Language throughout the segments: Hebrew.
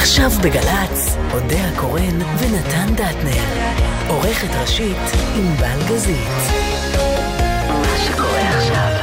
עכשיו בגלץ, אודיה קורן ונתן דטנר. עורכת ראשית ענבל גזית. מה שקורה עכשיו.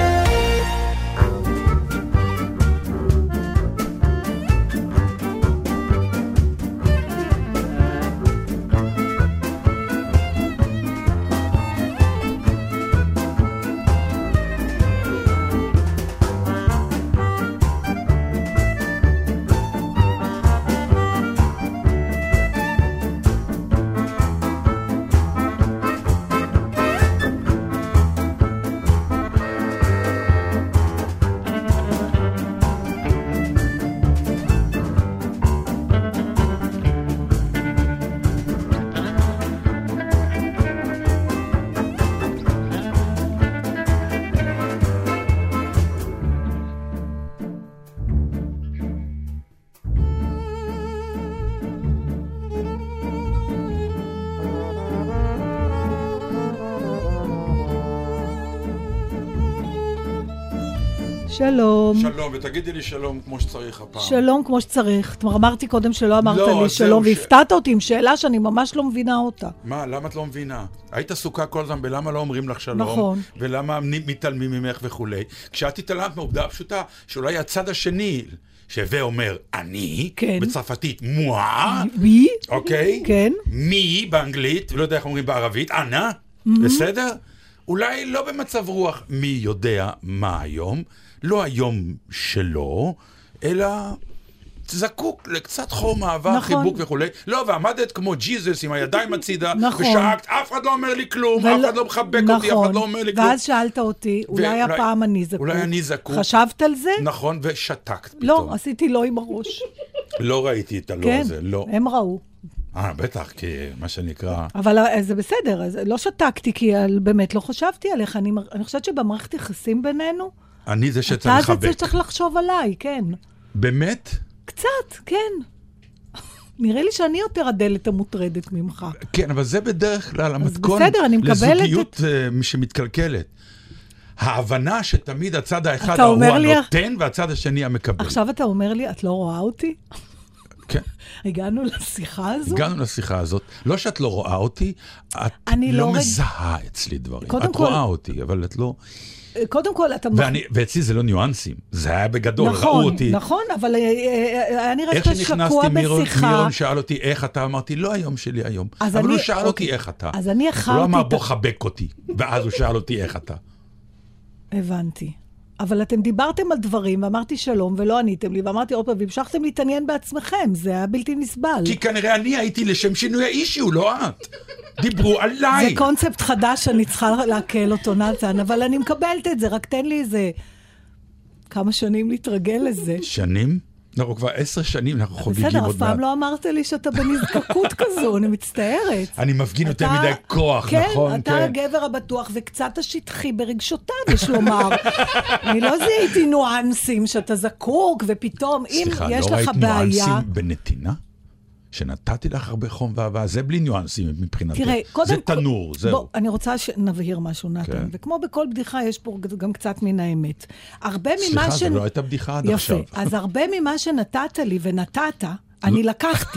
שלום. שלום, ותגידי לי שלום כמו שצריך הפעם. שלום כמו שצריך. אמרתי קודם שלא אמרת לי שלום, והפתעת אותי עם שאלה שאני ממש לא מבינה אותה. מה, למה את לא מבינה? היית עסוקה כל הזמן בלמה לא אומרים לך שלום, נכון. ולמה מתעלמים ממך וכולי. כשאת התעלמת מעובדה פשוטה, שאולי הצד השני, שווה אומר אני, כן. בצרפתית מואה, מי? אוקיי? כן. מי באנגלית, ולא יודע איך אומרים בערבית, אנה, בסדר? אולי לא במצב רוח מי יודע מה היום, לא היום שלו, אלא זקוק לקצת חום, אהבה, נכון. חיבוק וכולי. לא, ועמדת כמו ג'יזוס עם הידיים הצידה, נכון. ושאקת, אף אחד לא אומר לי כלום, אף אחד לא מחבק אותי, אף אחד לא אומר לי כלום. ואז שאלת אותי, אולי הפעם אני זקוק. אולי אני זקוק. חשבת על זה? נכון, ושתקת פתאום. לא, עשיתי לא עם הראש. לא ראיתי את הלא הזה, לא. כן, הם ראו. בטח, כי מה שנקרא... אבל זה בסדר, לא שתקתי, כי באמת לא חשבתי עליך. אני חושבת שבמערכת יחסים בינינו, אני זה שצריך לחבק. אתה זה שצריך לחשוב עליי, כן. באמת? קצת, כן. נראה לי שאני יותר הדלת המוטרדת ממך. כן, אבל זה בדרך כלל המתכון לזוגיות שמתקלקלת. ההבנה שתמיד הצד האחד הוא הנותן והצד השני המקבל. עכשיו אתה אומר לי, את לא רואה אותי? כן. הגענו לשיחה הזו? הגענו לשיחה הזאת. לא שאת לא רואה אותי, את לא מזהה אצלי דברים. את רואה אותי, אבל את לא... קודם כל, אתה... ואצלי זה לא ניואנסים. זה היה בגדול, ראו אותי. נכון, אבל אני רק שקוע בשיחה. איך שנכנסתי, מירון שאל אותי איך אתה, אמרתי, לא היום שלי היום. אבל הוא שאל אותי איך אתה. אז אני הכרתי... הוא לא אמר בוא חבק אותי, ואז הוא שאל אותי איך אתה. הבנתי. אבל אתם דיברתם על דברים, ואמרתי שלום, ולא עניתם לי, ואמרתי עוד פעם, והמשכתם להתעניין בעצמכם, זה היה בלתי נסבל. כי כנראה אני הייתי לשם שינוי האישיו, לא את. דיברו עליי. זה קונספט חדש שאני צריכה להקל אותו, נתן, אבל אני מקבלת את זה, רק תן לי איזה כמה שנים להתרגל לזה. שנים? אנחנו כבר 10 שנים, אנחנו חוגגים עוד מעט. בסדר, אף פעם לא אמרת לי שאתה בנזקקות כזו, אני מצטערת. אני מפגין יותר מדי כוח, נכון? כן, אתה הגבר הבטוח וקצת השטחי ברגשותיו, יש לומר. אני לא זיהיתי ניואנסים שאתה זקוק, ופתאום, אם יש לך בעיה... סליחה, לא ראית ניואנסים בנתינה? שנתתי לך הרבה חום ואהבה, זה בלי ניואנסים מבחינתו. תראה, קודם... זה תנור, זהו. בוא, אני רוצה שנבהיר משהו, נתן. וכמו בכל בדיחה, יש פה גם קצת מן האמת. סליחה, זה לא הייתה בדיחה עד עכשיו. יפה, אז הרבה ממה שנתת לי ונתת, אני לקחתי.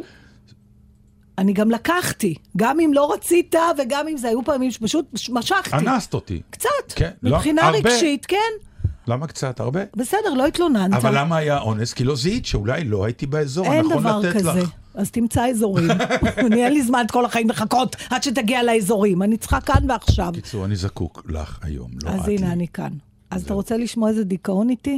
אני גם לקחתי. גם אם לא רצית, וגם אם זה היו פעמים שפשוט משכתי. אנסת אותי. קצת. מבחינה רגשית, כן. למה קצת? הרבה? בסדר, לא התלוננת. אבל למה היה אונס? כי לא זיהית שאולי לא הייתי באזור הנכון לתת לך. אין דבר כזה. אז תמצא אזורים. אני אין לי זמן כל החיים לחכות עד שתגיע לאזורים. אני צריכה כאן ועכשיו. קיצור, אני זקוק לך היום, לא את לי. אז הנה, אני כאן. אז אתה רוצה לשמוע איזה דיכאון איתי?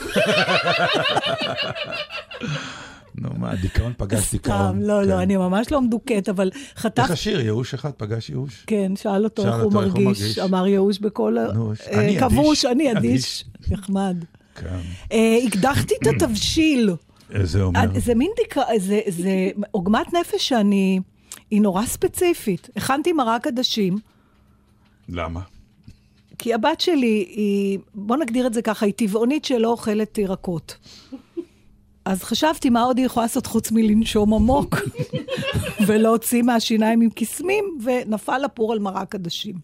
נו, מה, דיכאון פגש דיכאון. סתם, לא, אני ממש לא מדוקת, אבל חטף... איך השיר, ייאוש אחד פגש ייאוש? כן, שאל אותו איך הוא מרגיש, אמר ייאוש בכל... כבוש, אני אדיש. נחמד. הקדחתי את התבשיל. זה אומר? זה מין זה עוגמת נפש שאני... היא נורא ספציפית. הכנתי מרק עדשים. למה? כי הבת שלי היא, בוא נגדיר את זה ככה, היא טבעונית שלא אוכלת ירקות. אז חשבתי מה עוד היא יכולה לעשות חוץ מלנשום עמוק, ולהוציא מהשיניים עם כסמים, ונפל הפור על מרק עדשים.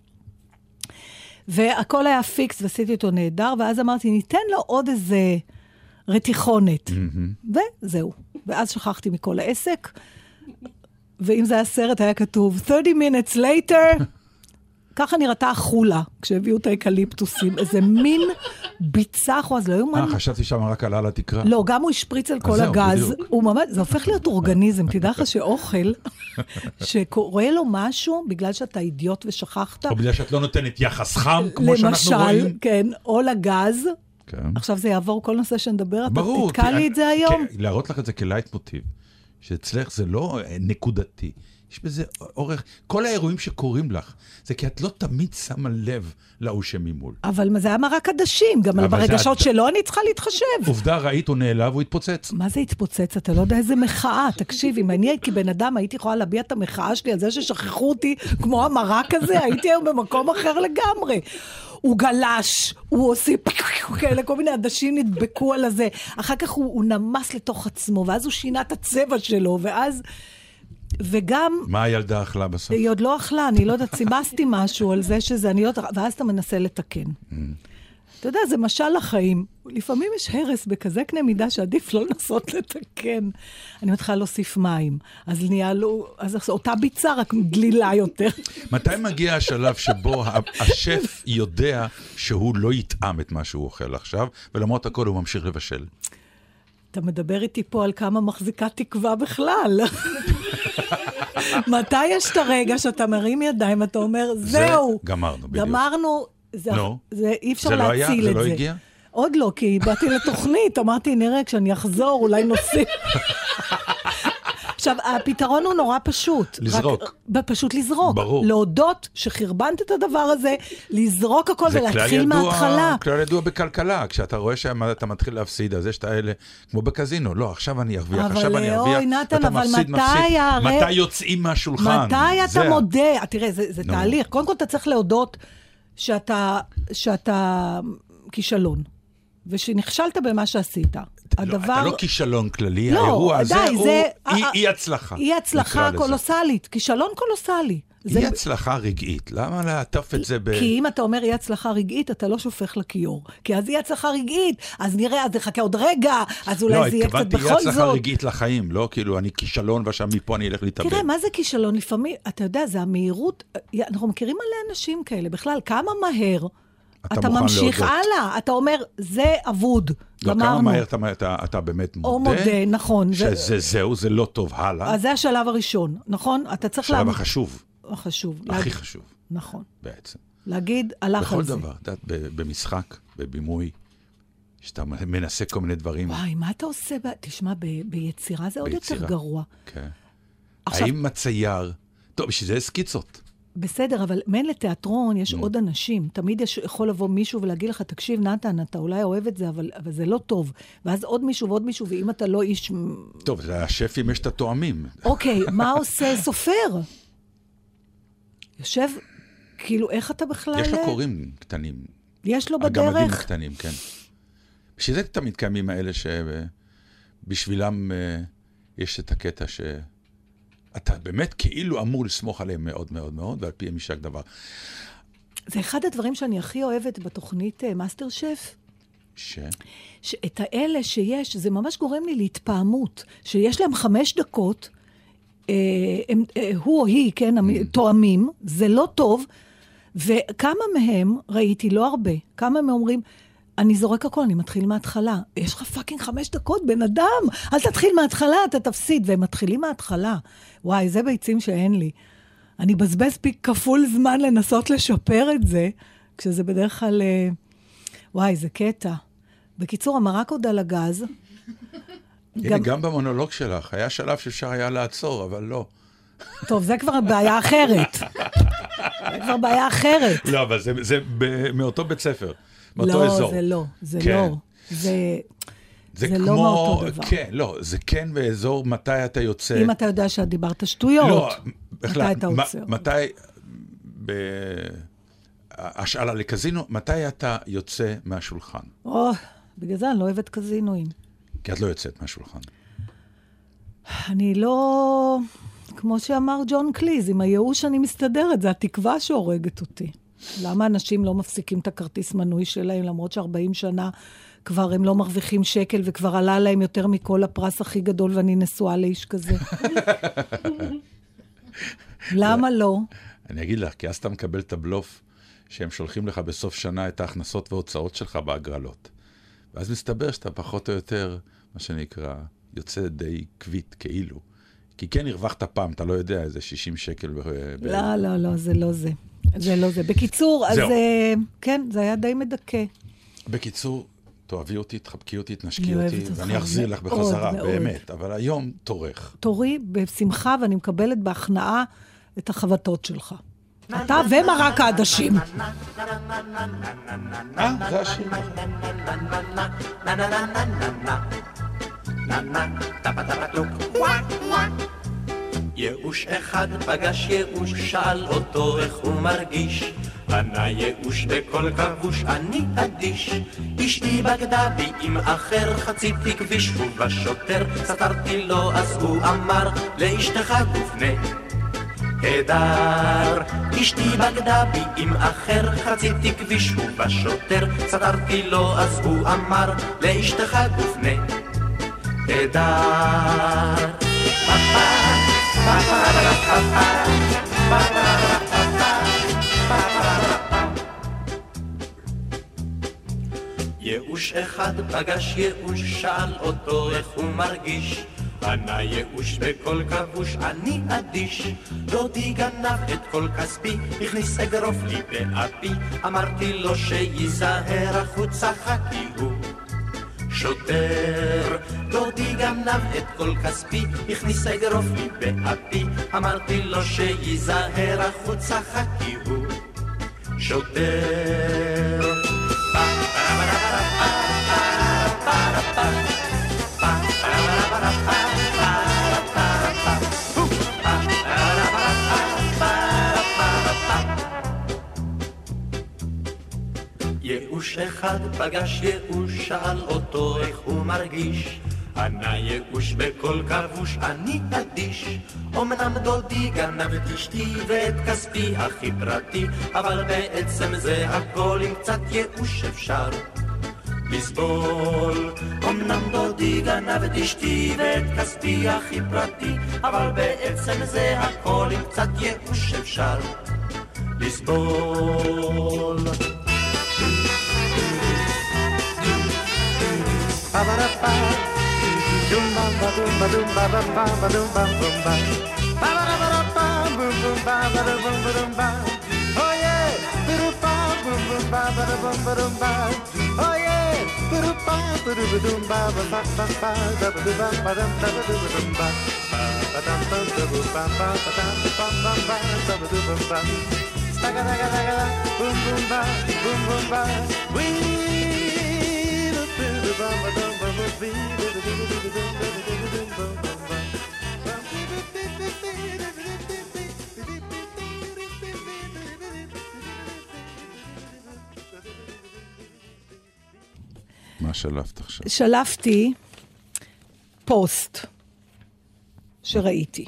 והכל היה פיקס, ועשיתי אותו נהדר, ואז אמרתי, ניתן לו עוד איזה רתיחונת. וזהו. ואז שכחתי מכל העסק, ואם זה היה סרט, היה כתוב, 30 minutes later, ככה נראתה החולה, כשהביאו את האקליפטוסים, איזה מין ביצה אחו, אז לא יומן. חשבתי שם רק עלה לתקרה. לא, גם הוא השפריץ על כל הגז, הוא ממש, זה הופך להיות אורגניזם, תדע לך שאוכל, שקורה לו משהו, בגלל שאתה אידיוט ושכחת. או בגלל שאת לא נותנת יחס חם, כמו שאנחנו רואים. למשל, כן, או לגז. עכשיו זה יעבור כל נושא שנדבר, אתה תתקע לי את זה היום. להראות לך את זה כלייט מוטיב, שאצלך זה לא נקודתי. יש בזה אורך, כל האירועים שקורים לך, זה כי את לא תמיד שמה לב להוא שממול. אבל זה היה מרק עדשים, גם ברגשות שלו אני צריכה להתחשב. עובדה ראית, הוא נעלב, הוא התפוצץ. מה זה התפוצץ? אתה לא יודע איזה מחאה. תקשיב, אם אני כבן אדם הייתי יכולה להביע את המחאה שלי על זה ששכחו אותי כמו המרק הזה, הייתי היום במקום אחר לגמרי. הוא גלש, הוא עושה כאלה, כל מיני עדשים נדבקו על הזה. אחר כך הוא נמס לתוך עצמו, ואז הוא שינה את הצבע שלו, ואז... וגם... מה הילדה אכלה בסוף? היא עוד לא אכלה, אני לא יודעת, סימסתי משהו על זה שזה, אני לא יודעת, ואז אתה מנסה לתקן. אתה יודע, זה משל לחיים. לפעמים יש הרס בכזה קנה מידה שעדיף לא לנסות לתקן. אני מתחילה להוסיף מים. אז נהיה לו, אז אותה ביצה רק דלילה יותר. מתי מגיע השלב שבו השף יודע שהוא לא יטעם את מה שהוא אוכל עכשיו, ולמרות הכל הוא ממשיך לבשל? אתה מדבר איתי פה על כמה מחזיקה תקווה בכלל. מתי יש את הרגע שאתה מרים ידיים ואתה אומר, זהו. גמרנו, בדיוק. גמרנו, אי אפשר להציל את זה. זה לא הגיע? עוד לא, כי באתי לתוכנית, אמרתי, נראה, כשאני אחזור, אולי נוסיף. עכשיו, הפתרון הוא נורא פשוט. לזרוק. פשוט לזרוק. ברור. להודות שחרבנת את הדבר הזה, לזרוק הכל ולהתחיל מההתחלה. זה כלל ידוע בכלכלה, כשאתה רואה שאתה מתחיל להפסיד, אז יש את האלה, כמו בקזינו, לא, עכשיו אני ארוויח, עכשיו אני ארוויח. אבל נתן, אבל מתי יוצאים מהשולחן? מתי אתה מודה? תראה, זה תהליך. קודם כל אתה צריך להודות שאתה כישלון, ושנכשלת במה שעשית. אתה לא כישלון כללי, האירוע הזה הוא אי הצלחה. אי הצלחה קולוסלית, כישלון קולוסלי. אי הצלחה רגעית, למה לעטוף את זה כי אם אתה אומר אי הצלחה רגעית, אתה לא שופך לכיור. כי אז אי הצלחה רגעית, אז נראה, אז נחכה עוד רגע, אז אולי זה יהיה קצת בכל זאת. לא, התכוונתי אי הצלחה רגעית לחיים, לא כאילו אני כישלון ושם מפה אני אלך להתאבד. תראה, מה זה כישלון? לפעמים, אתה יודע, זה המהירות, אנחנו מכירים מלא אנשים כאלה, בכלל, כמה מהר אתה ממשיך הלאה, אתה אומר, זה אבוד, גמרנו. כמה מהר אתה באמת מודה. או מודה, נכון. שזהו, זה לא טוב הלאה. אז זה השלב הראשון, נכון? אתה צריך השלב החשוב. החשוב. הכי חשוב. נכון. בעצם. להגיד, הלך על זה. בכל דבר, במשחק, בבימוי, שאתה מנסה כל מיני דברים. וואי, מה אתה עושה? תשמע, ביצירה זה עוד יותר גרוע. כן. האם מצייר, טוב, בשביל זה סקיצות. בסדר, אבל מן לתיאטרון יש עוד אנשים. תמיד יכול לבוא מישהו ולהגיד לך, תקשיב, נתן, אתה אולי אוהב את זה, אבל זה לא טוב. ואז עוד מישהו ועוד מישהו, ואם אתה לא איש... טוב, זה השפים יש את התואמים. אוקיי, מה עושה סופר? יושב, כאילו, איך אתה בכלל... יש לו קוראים קטנים. יש לו בדרך? הגמדים קטנים, כן. בשביל זה תמיד קיימים האלה שבשבילם יש את הקטע אתה באמת כאילו אמור לסמוך עליהם מאוד מאוד מאוד, ועל פיהם יישק דבר. זה אחד הדברים שאני הכי אוהבת בתוכנית מאסטר שף. שאת האלה שיש, זה ממש גורם לי להתפעמות, שיש להם 5 דקות, הוא או היא, כן, תואמים, זה לא טוב, וכמה מהם, ראיתי, לא הרבה, כמה מהם אומרים, אני זורק הכל, אני מתחיל מההתחלה. יש לך פאקינג 5 דקות, בן אדם. אל תתחיל מההתחלה, אתה תפסיד. והם מתחילים מההתחלה. וואי, זה ביצים שאין לי. אני בזבז פי כפול זמן לנסות לשפר את זה, כשזה בדרך כלל... וואי, זה קטע. בקיצור, המרק עוד על הגז. גם במונולוג שלך, היה שלב שאפשר היה לעצור, אבל לא. טוב, זה כבר בעיה אחרת. זה כבר בעיה אחרת. לא, אבל זה מאותו בית ספר. לא, זה לא, זה לא. זה לא מאותו דבר. כן, לא, זה כן באזור מתי אתה יוצא. אם אתה יודע שאת דיברת שטויות, לא, מתי אתה עוצר. מתי, השאלה לקזינו, מתי אתה יוצא מהשולחן? בגלל זה אני לא אוהבת קזינואים. כי את לא יוצאת מהשולחן. אני לא... כמו שאמר ג'ון קליז, עם הייאוש אני מסתדרת, זה התקווה שהורגת אותי. למה אנשים לא מפסיקים את הכרטיס מנוי שלהם, למרות ש40 שנה כבר הם לא מרוויחים שקל, וכבר עלה להם יותר מכל הפרס הכי גדול, ואני נשואה לאיש כזה. למה לא? אני אגיד לך, כי אז אתה מקבל את הבלוף, שהם שולחים לך בסוף שנה את ההכנסות וההוצאות שלך בהגרלות. ואז מסתבר שאתה פחות או יותר, מה שנקרא, יוצא די קווית, כאילו. כי כן הרווחת פעם, אתה לא יודע, איזה 60 שקל. לא, זה לא זה. זה לא זה. בקיצור, אז כן, זה היה די מדכא. בקיצור, תאהבי אותי, תחבקי אותי, תנשקי אותי, ואני אחזיר לך בחזרה, באמת. אבל היום תורך. תורי בשמחה, ואני מקבלת בהכנעה את החבטות שלך. אתה ומרק העדשים. זה השיר. ייאוש אחד פגש ייאוש, שאל אותו איך הוא מרגיש. ענה ייאוש בכל כבוש, אני אדיש. אשתי בגדה בי עם אחר, חציתי כביש ובשוטר סתרתי לו, אז הוא אמר לאשתך גופנה הדר. אשתי בגדה בי עם אחר, חציתי כביש ובשוטר סתרתי לו, אז הוא אמר לאשתך גופנה הדר. ייאוש אחד פגש ייאוש, שאל אותו איך הוא מרגיש. ענה ייאוש בכל כבוש, אני אדיש. דודי גנב את כל כספי, הכניס אגרוף לי באפי. אמרתי לו שיזהר, החוצה חכי הוא שוטר. דודי גנב את כל כספי, הכניס אגרוף לי באפי. אמרתי לו שיזהר, החוצה חכי הוא שוטר. ייאוש אחד פגש ייאוש, שאל אותו איך הוא מרגיש. ענה ייאוש בכל כבוש, אני אדיש. אמנם דודי גנב את אשתי ואת כספי הכי פרטי, אבל בעצם זה הכל עם קצת ייאוש אפשר לסבול. אמנם דודי גנב את אשתי ואת כספי הכי פרטי, אבל בעצם זה הכל עם קצת ייאוש אפשר לסבול. מה שלפת עכשיו? שלפתי פוסט שראיתי,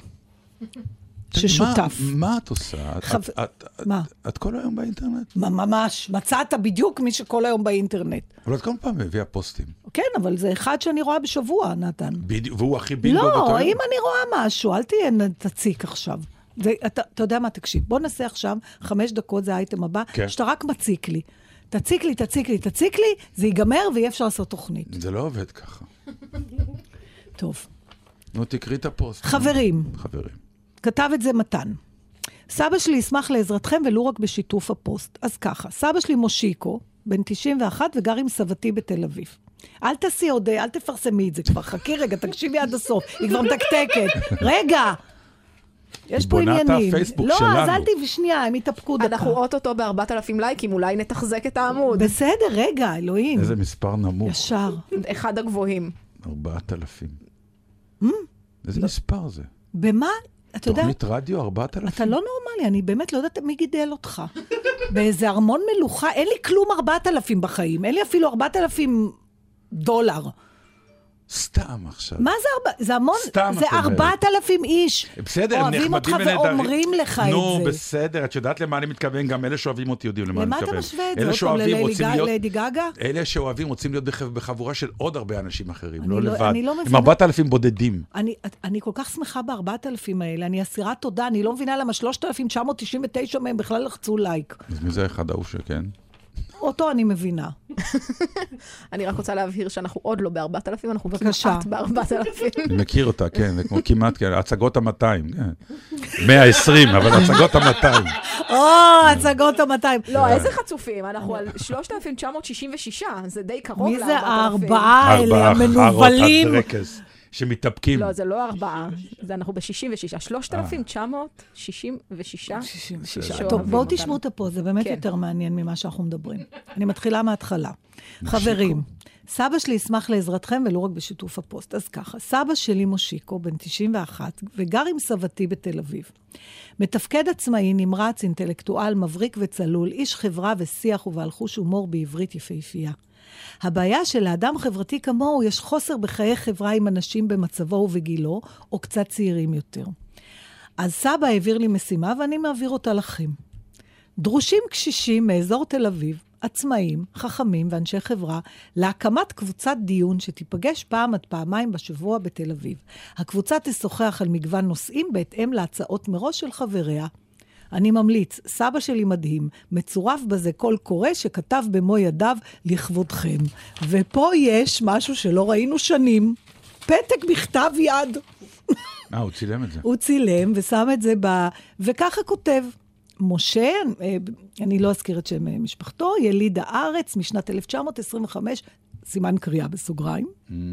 ששותף. מה את עושה? מה? את כל היום באינטרנט? ממש, מצאת בדיוק מי שכל היום באינטרנט. אבל את כל פעם מביאה פוסטים. כן, אבל זה אחד שאני רואה בשבוע, נתן. והוא הכי בינגו באותו לא, יום? אם אני רואה משהו, אל תציק עכשיו. אתה יודע מה, תקשיב, בוא נעשה עכשיו 5 דקות, זה האייטם הבא, שאתה רק מציק לי. תציק לי, זה ייגמר ויהיה אפשר לעשות תוכנית. זה לא עובד ככה. טוב. נו, תקריא את הפוסט. חברים. כתב את זה מתן. סבא שלי ישמח לעזרתכם ולא רק בשיתוף הפוסט. אז ככה, סבא שלי מושיקו, בן 91 וגר עם סבתי בתל אביב. אל תעשי עוד, אל תפרסמי את זה כבר. חכי רגע, תקשיבי עד הסוף. היא כבר מתקתקת. רגע! יש פה עניינים. בונת הפייסבוק שלנו. לא, אז אל תביא שנייה, הם יתאפקו דקה. אנחנו אוטוטו ב4,000 לייקים, אולי נתחזק את העמוד. בסדר, רגע, אלוהים. איזה מספר נמוך. ישר. אחד הגבוהים. 4,000. איזה מספר זה? במה? אתה יודע... תוכנית רדיו 4,000? אתה לא נורמלי, אני באמת לא יודעת מי גידל אותך. באיזה ארמון מלוכה, אין לי כלום 4,000 בחיים, אין לי אפילו $4,000. סתם עכשיו. מה זה זה המון, סתם, זה את אומרת. 4,000 איש. בסדר, הם אוהבים נחמדים אותך ונהדרים. ואומרים לך את זה. נו, בסדר, את יודעת למה אני מתכוון, גם אלה שאוהבים אותי יודעים למה אני למה מתכוון. אתה משווה את זה? אלה עוד פעם שאוהבים רוצים להיות... לליידי גגה? אלה שאוהבים רוצים להיות בחבורה של עוד הרבה אנשים אחרים, לא אני לא לבד. מבינה. עם 4,000 בודדים. אני כל כך שמחה ב4,000 האלה, אני אסירת תודה, אני לא מבינה למה 3,999 מהם בכלל לחצו לייק. אז מי זה אחד ההוא שכן? אותו אני מבינה. אני רק רוצה להבהיר שאנחנו עוד לא ב4,000, אנחנו בבקשה. כמעט ב4,000. אני מכיר אותה, כן, זה כמו כמעט, כן, הצגות ה-200, כן. 120, אבל הצגות ה-200. הצגות ה-200. לא, איזה חצופים? אנחנו על 3,966, זה די קרוב מי ל-4,000. זה הארבעה האלה, המנובלים? הדרקס, שמתאפקים. לא, זה לא 4, זה אנחנו ב-66, 3,966. 66. שאוהבים טוב, בואו אותנו. תשמעו את פה, זה באמת כן. יותר מעניין ממה שאנחנו מדברים. אני מתחילה מההתחלה. חברים, סבא שלי ישמח לעזרתכם ולא רק בשיתוף הפוסט. אז ככה, סבא שלי מושיקו, בן 91, וגר עם סבתי בתל אביב. מתפקד עצמאי, נמרץ, אינטלקטואל, מבריק וצלול, איש חברה ושיח ובעל חוש הומור בעברית יפהפייה. הבעיה של האדם חברתי כמוהו, יש חוסר בחיי חברה עם אנשים במצבו ובגילו, או קצת צעירים יותר. אז סבא העביר לי משימה, ואני מעביר אותה לכם. דרושים קשישים מאזור תל אביב, עצמאים, חכמים ואנשי חברה, להקמת קבוצת דיון שתיפגש פעם עד פעמיים בשבוע בתל אביב. הקבוצה תשוחח על מגוון נושאים בהתאם להצעות מראש של חבריה. אני ממליץ, סבא שלי מדהים, מצורף בזה קול קורא שכתב במו ידיו לכבודכם. ופה יש משהו שלא ראינו שנים, פתק בכתב יד. הוא צילם את זה. הוא צילם ושם את זה וככה כותב. משה, אני לא אזכיר את שם משפחתו, יליד הארץ משנת 1925, סימן קריאה בסוגריים.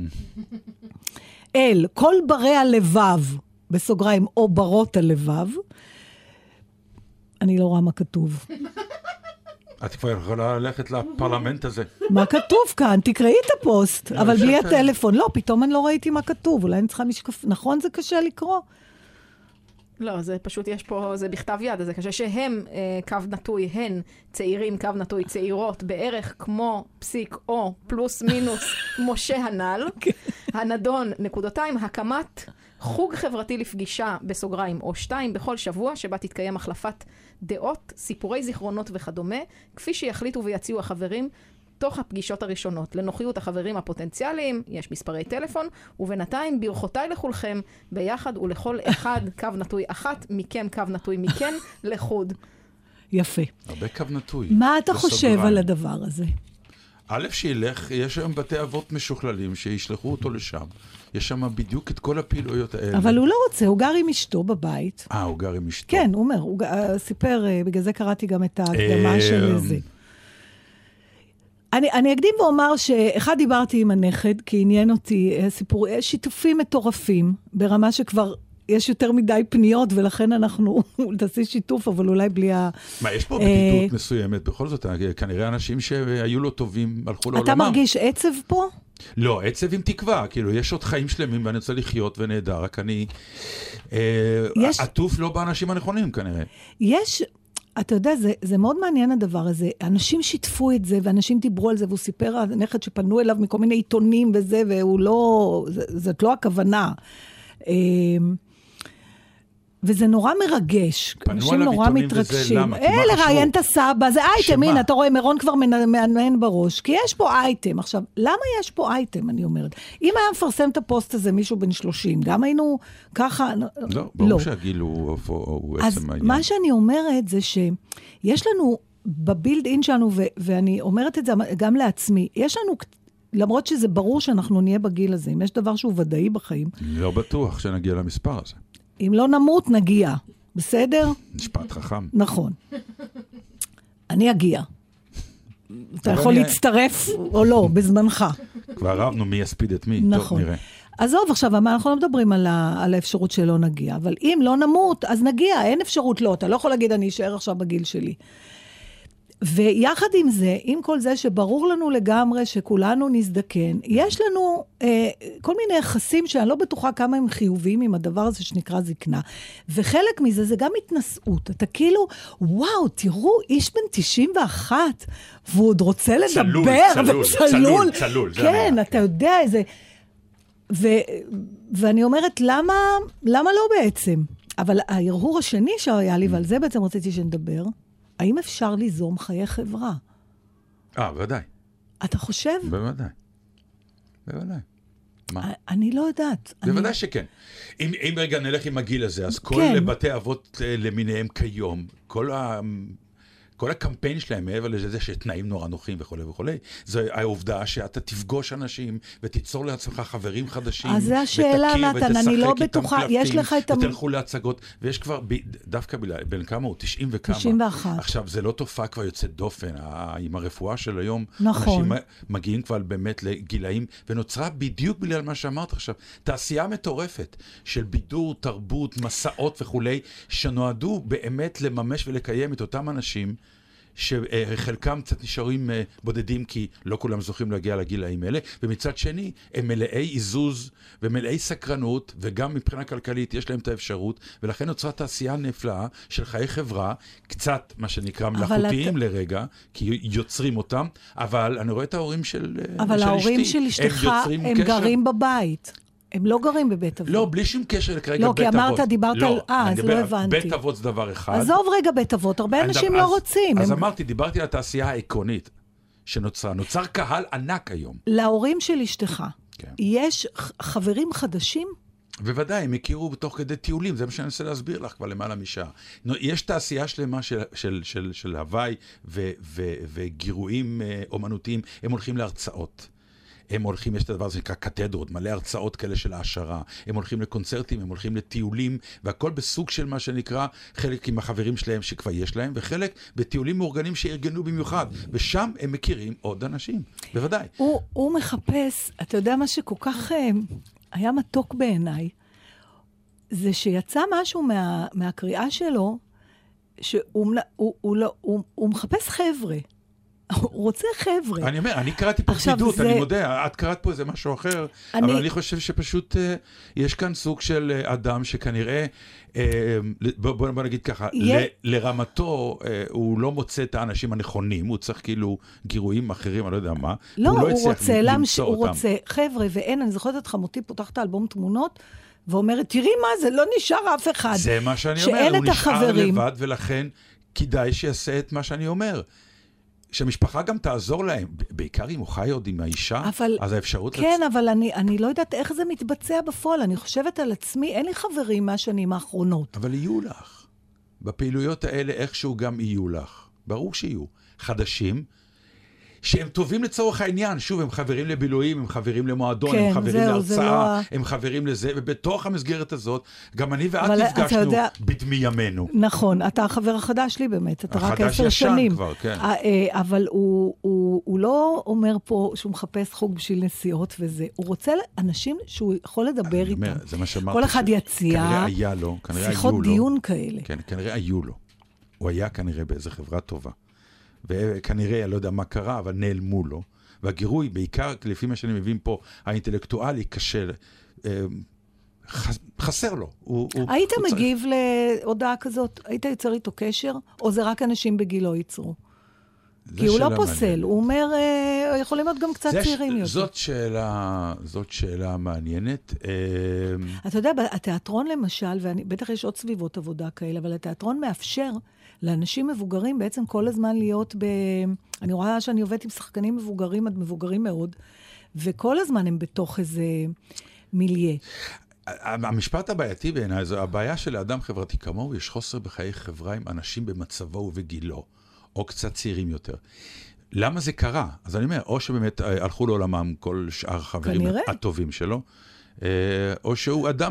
אל, כל ברי הלבב, בסוגריים, או ברות הלבב, אני לא רואה מה כתוב. את כבר יכולה ללכת לפרלמנט הזה. מה כתוב כאן? תקראי את הפוסט, אבל בלי הטלפון. לא, פתאום אני לא ראיתי מה כתוב, אולי אני צריכה משקף... נכון, זה קשה לקרוא. לא, זה פשוט יש פה, זה בכתב יד, זה קשה שהם קו נטוי, הן צעירים קו נטוי, צעירות בערך כמו פסיק או פלוס מינוס משה הנ"ל, הנדון נקודותיים, הקמת חוג חברתי לפגישה בסוגריים או 2 בכל שבוע שבה תתקיים החלפת דעות, סיפורי זיכרונות וכדומה, כפי שיחליטו ויציעו החברים תוך הפגישות הראשונות. לנוחיות החברים הפוטנציאליים, יש מספרי טלפון, ובינתיים ברכותיי לכולכם, ביחד ולכל אחד קו נטוי אחת, מכם קו נטוי מכן, לחוד. יפה. הרבה קו נטוי. מה אתה חושב על הדבר הזה? א', שילך, יש היום בתי אבות משוכללים שישלחו אותו לשם. יש שם בדיוק את כל הפעילויות האלה. אבל הוא לא רוצה, הוא גר עם אשתו בבית. הוא גר עם אשתו. כן, הוא אומר, הוא סיפר, בגלל זה קראתי גם את ההקדמה של זה. אני אקדים ואומר שאחד דיברתי עם הנכד, כי עניין אותי שיתופים מטורפים, ברמה שכבר יש יותר מדי פניות, ולכן אנחנו תעשי שיתוף, אבל אולי בלי ה... מה, יש פה בדידות מסוימת, בכל זאת, כנראה אנשים שהיו לו טובים, הלכו לעולמם. אתה מרגיש עצב פה? לא, עצב עם תקווה, כאילו, יש עוד חיים שלמים, ואני רוצה לחיות ונהדר, רק אני עטוף לא באנשים הנכונים, כנראה. יש... אתה יודע, זה מאוד מעניין הדבר הזה. אנשים שיתפו את זה, ואנשים דיברו על זה, והוא סיפר על הנכד שפנו אליו מכל מיני עיתונים וזה, והוא לא... זאת לא הכוונה. וזה נורא מרגש. אנשים נורא מתרגשים. לראיין את הסבא, זה אייטם, הנה, אתה רואה, מירון כבר מעניין בראש, כי יש פה אייטם. עכשיו, למה יש פה אייטם, אני אומרת? אם היה מפרסם את הפוסט הזה מישהו בן 30, גם היינו ככה... לא, ברור שהגיל הוא עצם העניין. אז מה שאני אומרת זה שיש לנו, בבילד אין שלנו, ואני אומרת את זה גם לעצמי, יש לנו... למרות שזה ברור שאנחנו נהיה בגיל הזה, אם יש דבר שהוא ודאי בחיים. לא בטוח שנגיע למספר הזה. אם לא נמות, נגיע. בסדר? משפט חכם. נכון. אני אגיע. אתה יכול להצטרף או לא, בזמנך. כבר רבנו מי יספיד את מי. נכון. טוב, נראה. עזוב, עכשיו, אנחנו לא מדברים על האפשרות שלא נגיע, אבל אם לא נמות, אז נגיע. אין אפשרות לא. אתה לא יכול להגיד, אני אשאר עכשיו בגיל שלי. ויחד עם זה, עם כל זה שברור לנו לגמרי שכולנו נזדקן, יש לנו כל מיני יחסים שאני לא בטוחה כמה הם חיוביים עם הדבר הזה שנקרא זקנה. וחלק מזה זה גם התנסות. אתה כאילו, וואו, תראו, איש בן 91, והוא עוד רוצה לדבר. צלול. כן, אתה יודע, איזה... ואני אומרת, למה לא בעצם? אבל ההרהור השני שהיה לי, ועל זה בעצם רציתי שנדבר, האם אפשר ליזום חיי חברה? בוודאי. אתה חושב? בוודאי. בוודאי. מה? אני לא יודעת. בוודאי שכן. אם רגע נלך עם הגיל הזה, אז כל בתי אבות למיניהם כיום, כל הקמפיין שלהם, מעבר לזה שתנאים נורא נוחים וכו' וכו', זה העובדה שאתה תפגוש אנשים ותיצור לעצמך חברים חדשים. אז זה השאלה, נתן, אני לא בטוחה, יש לך את ותלכו להצגות, ויש כבר, דווקא בין כמה הוא, 90 וכמה. 91. עכשיו, זה לא תופעה כבר יוצאת דופן, עם הרפואה של היום, נכון. אנשים מגיעים כבר באמת לגילאים, ונוצרה בדיוק בגלל מה שאמרת עכשיו, תעשייה מטורפת של בידור, תרבות, מסעות וכו', שנועדו באמת לממש ולקיים את אותם אנשים, שחלקם קצת נשארים בודדים, כי לא כולם זוכים להגיע לגילאים האלה, ומצד שני, הם מלאי איזוז ומלאי סקרנות, וגם מבחינה כלכלית יש להם את האפשרות, ולכן נוצרה תעשייה נפלאה של חיי חברה, קצת מה שנקרא מלאכותיים לרגע, כי יוצרים אותם, אבל אני רואה את ההורים של אשתי. אבל ההורים של אשתך, הם גרים בבית. הם לא גרים בבית אבות. לא, בלי שום קשר כרגע לא, בית אבות. כי אמרת, דיברת על... אז לא הבנתי. בית אבות זה דבר אחד. עזוב רגע בית אבות, הרבה אנשים לא רוצים. אז אמרתי, דיברתי על התעשייה העקרונית שנוצרה. נוצר קהל ענק היום. להורים של אשתך, יש חברים חדשים? בוודאי, הם הכירו בתוך כדי טיולים, זה מה שאני אנסה להסביר לך כבר למעלה משעה. יש תעשייה שלמה של הוואי וגירויים אומנותיים, הם הולכים להרצאות. הם הולכים, יש את הדבר הזה נקרא קתדרות, מלא הרצאות כאלה של העשרה. הם הולכים לקונצרטים, הם הולכים לטיולים, והכל בסוג של מה שנקרא, חלק עם החברים שלהם שכבר יש להם, וחלק בטיולים מאורגנים שארגנו במיוחד. ושם הם מכירים עוד אנשים, בוודאי. הוא מחפש, אתה יודע מה שכל כך היה מתוק בעיניי, זה שיצא משהו מהקריאה שלו, שהוא מחפש חבר'ה. הוא רוצה חבר'ה. אני אומר, אני קראתי פה חידות, אני מודה, את קראת פה איזה משהו אחר, אבל אני חושב שפשוט יש כאן סוג של אדם שכנראה, בוא נגיד ככה, לרמתו הוא לא מוצא את האנשים הנכונים, הוא צריך כאילו גירויים אחרים, אני לא יודע מה, לא, הוא רוצה חבר'ה, ואין, אני זוכרת את חמותי, פותחת אלבום תמונות, ואומרת, תראי מה זה, לא נשאר אף אחד. זה מה שאני אומר, הוא נשאר לבד, ולכן כדאי שיעשה את מה שאני אומר. שהמשפחה גם תעזור להם, בעיקר אם הוא חי עוד עם האישה, אז האפשרות... כן, אבל אני לא יודעת איך זה מתבצע בפועל, אני חושבת על עצמי, אין לי חברים מהשנים האחרונות. אבל יהיו לך. בפעילויות האלה איכשהו גם יהיו לך. ברור שיהיו. חדשים, שהם טובים לצורך העניין. שוב, הם חברים לבילויים, הם חברים למועדון, כן, הם חברים להרצאה, לא... הם חברים לזה, ובתוך המסגרת הזאת, גם אני ואת נפגשנו יודע... בדמי ימינו. נכון, אתה החבר החדש שלי באמת, אתה רק 10 שנים. כבר, כן. אבל הוא לא אומר פה שהוא מחפש חוג בשביל נסיעות וזה, הוא רוצה אנשים שהוא יכול לדבר איתם. זה מה שאמרתי. כל אחד יציע, כנראה היה לו, שיחות דיון כאלה. כן, כנראה היו לו. הוא היה כנראה באיזה חברה טובה. וכנראה, אני לא יודע מה קרה, אבל נעלמו לו. והגירוי, בעיקר, לפי מה שאני מבין פה, האינטלקטואלי קשה, חסר לו. היית מגיב להודעה כזאת? היית יוצר איתו קשר? או זה רק אנשים בגילו ייצרו? כי הוא לא פוסל, הוא אומר, יכולים להיות גם קצת צעירים יותר. זאת שאלה מעניינת. אתה יודע, התיאטרון למשל, ובטח יש עוד סביבות עבודה כאלה, אבל התיאטרון מאפשר לאנשים מבוגרים בעצם כל הזמן להיות אני רואה שאני עובדת עם שחקנים מבוגרים, עד מבוגרים מאוד, וכל הזמן הם בתוך איזה מיליה. המשפט הבעייתי בעיניי, זו הבעיה של האדם חברתי כמוהו, יש חוסר בחיי חברה עם אנשים במצבו ובגילו. או קצת צעירים יותר. למה זה קרה? אז אני אומר, או שבאמת הלכו לעולמם כל שאר החברים הטובים שלו, או שהוא אדם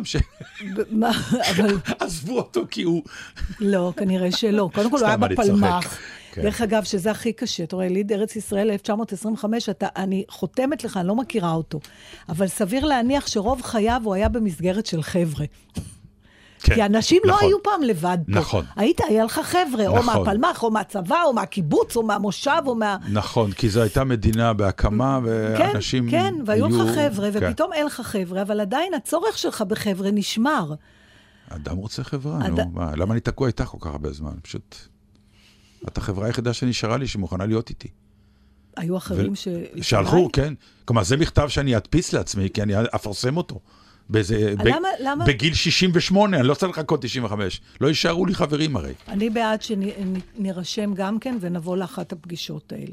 עזבו אותו כי הוא... לא, כנראה שלא. קודם כל הוא היה בפלמ"ח. דרך אגב, שזה הכי קשה. אתה רואה, יליד ארץ ישראל 1925, אני חותמת לך, אני לא מכירה אותו. אבל סביר להניח שרוב חייו הוא היה במסגרת של חבר'ה. כן, כי אנשים נכון, לא היו פעם לבד פה. נכון. היה לך חבר'ה, נכון. או מהפלמ"ח, או מהצבא, או מהקיבוץ, או מהמושב, או מה... נכון, כי זו הייתה מדינה בהקמה, ואנשים... כן, והיו לך חבר'ה, כן. ופתאום אין לך חבר'ה, אבל עדיין הצורך שלך בחבר'ה נשמר. אדם רוצה חברה, נו. למה אני תקוע איתך כל כך הרבה זמן? פשוט... את החברה היחידה שנשארה לי, שמוכנה להיות איתי. היו אחרים שהלכו, כן. כלומר, זה מכתב שאני אדפיס לעצמי, כי אני אפרסם אותו. למה? בגיל 68, אני לא צריך לחכות 95. לא יישארו לי חברים הרי. אני בעד שנרשם גם כן, ונבוא לאחת הפגישות האלה.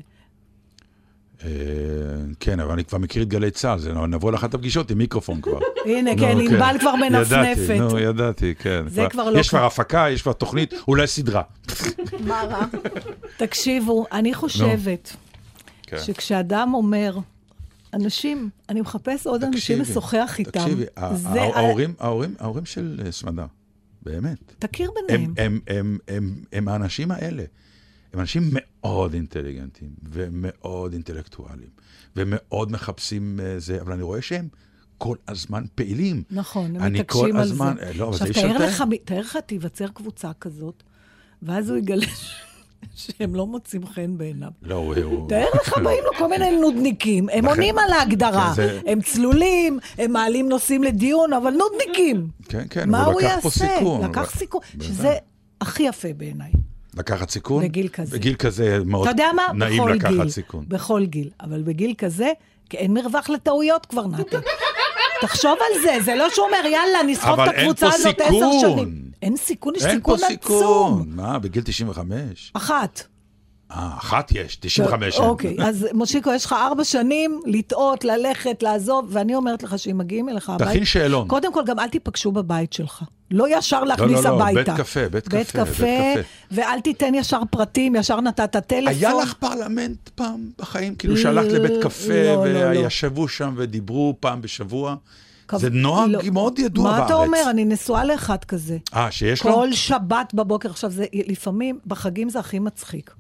כן, אבל אני כבר מכיר את גלי צהל, נבוא לאחת הפגישות עם מיקרופון כבר. הנה, כן, ענבל כבר מנפנפת. ידעתי, כן. זה כבר לא... יש כבר הפקה, יש כבר תוכנית, אולי סדרה. מה רע? תקשיבו, אני חושבת שכשאדם אומר, אנשים, אני מחפש עוד אנשים לשוחח איתם. תקשיבי, ההורים של סמדר, באמת. תכיר ביניהם. הם האנשים האלה. הם אנשים מאוד אינטליגנטים, ומאוד אינטלקטואלים, ומאוד מחפשים זה, אבל אני רואה שהם כל הזמן פעילים. נכון, הם מתעקשים על זה. עכשיו, תאר לך, תיווצר קבוצה כזאת, ואז הוא יגלה שהם לא מוצאים חן בעיניו. לא, תאר לך, באים לו כל מיני נודניקים, הם עונים על ההגדרה, הם צלולים, הם מעלים נושאים לדיון, אבל נודניקים. כן, כן, מה הוא לקח פה סיכון. לקח סיכון, שזה הכי יפה בעיניי. לקחת סיכון? בגיל כזה. בגיל כזה מאוד נעים לקחת סיכון. בכל גיל. אבל בגיל כזה, כי אין מרווח לטעויות כבר, נתי. תחשוב על זה, זה לא שהוא אומר, יאללה, נסחוב את הקבוצה הזאת 10 שנים. אין סיכון, יש סיכון עצום. מה, בגיל 95? אחת יש, 95. אוקיי, אז מושיקו, יש לך 4 שנים לטעות, ללכת, לעזוב, ואני אומרת לך שאם מגיעים אליך הבית... תכין שאלון. קודם כל, גם אל תיפגשו בבית שלך. לא ישר להכניס הביתה. בית קפה. ואל תיתן ישר פרטים, ישר נתת טלפון. היה לך פרלמנט פעם בחיים? כאילו שהלכת לבית קפה וישבו שם ודיברו פעם בשבוע? זה נוהג מאוד ידוע בארץ. מה אתה אומר? אני נשואה לאחד כזה. שיש לו? כל שבת בבוקר. עכשיו, לפעמים, בחגים זה הכי מצחיק.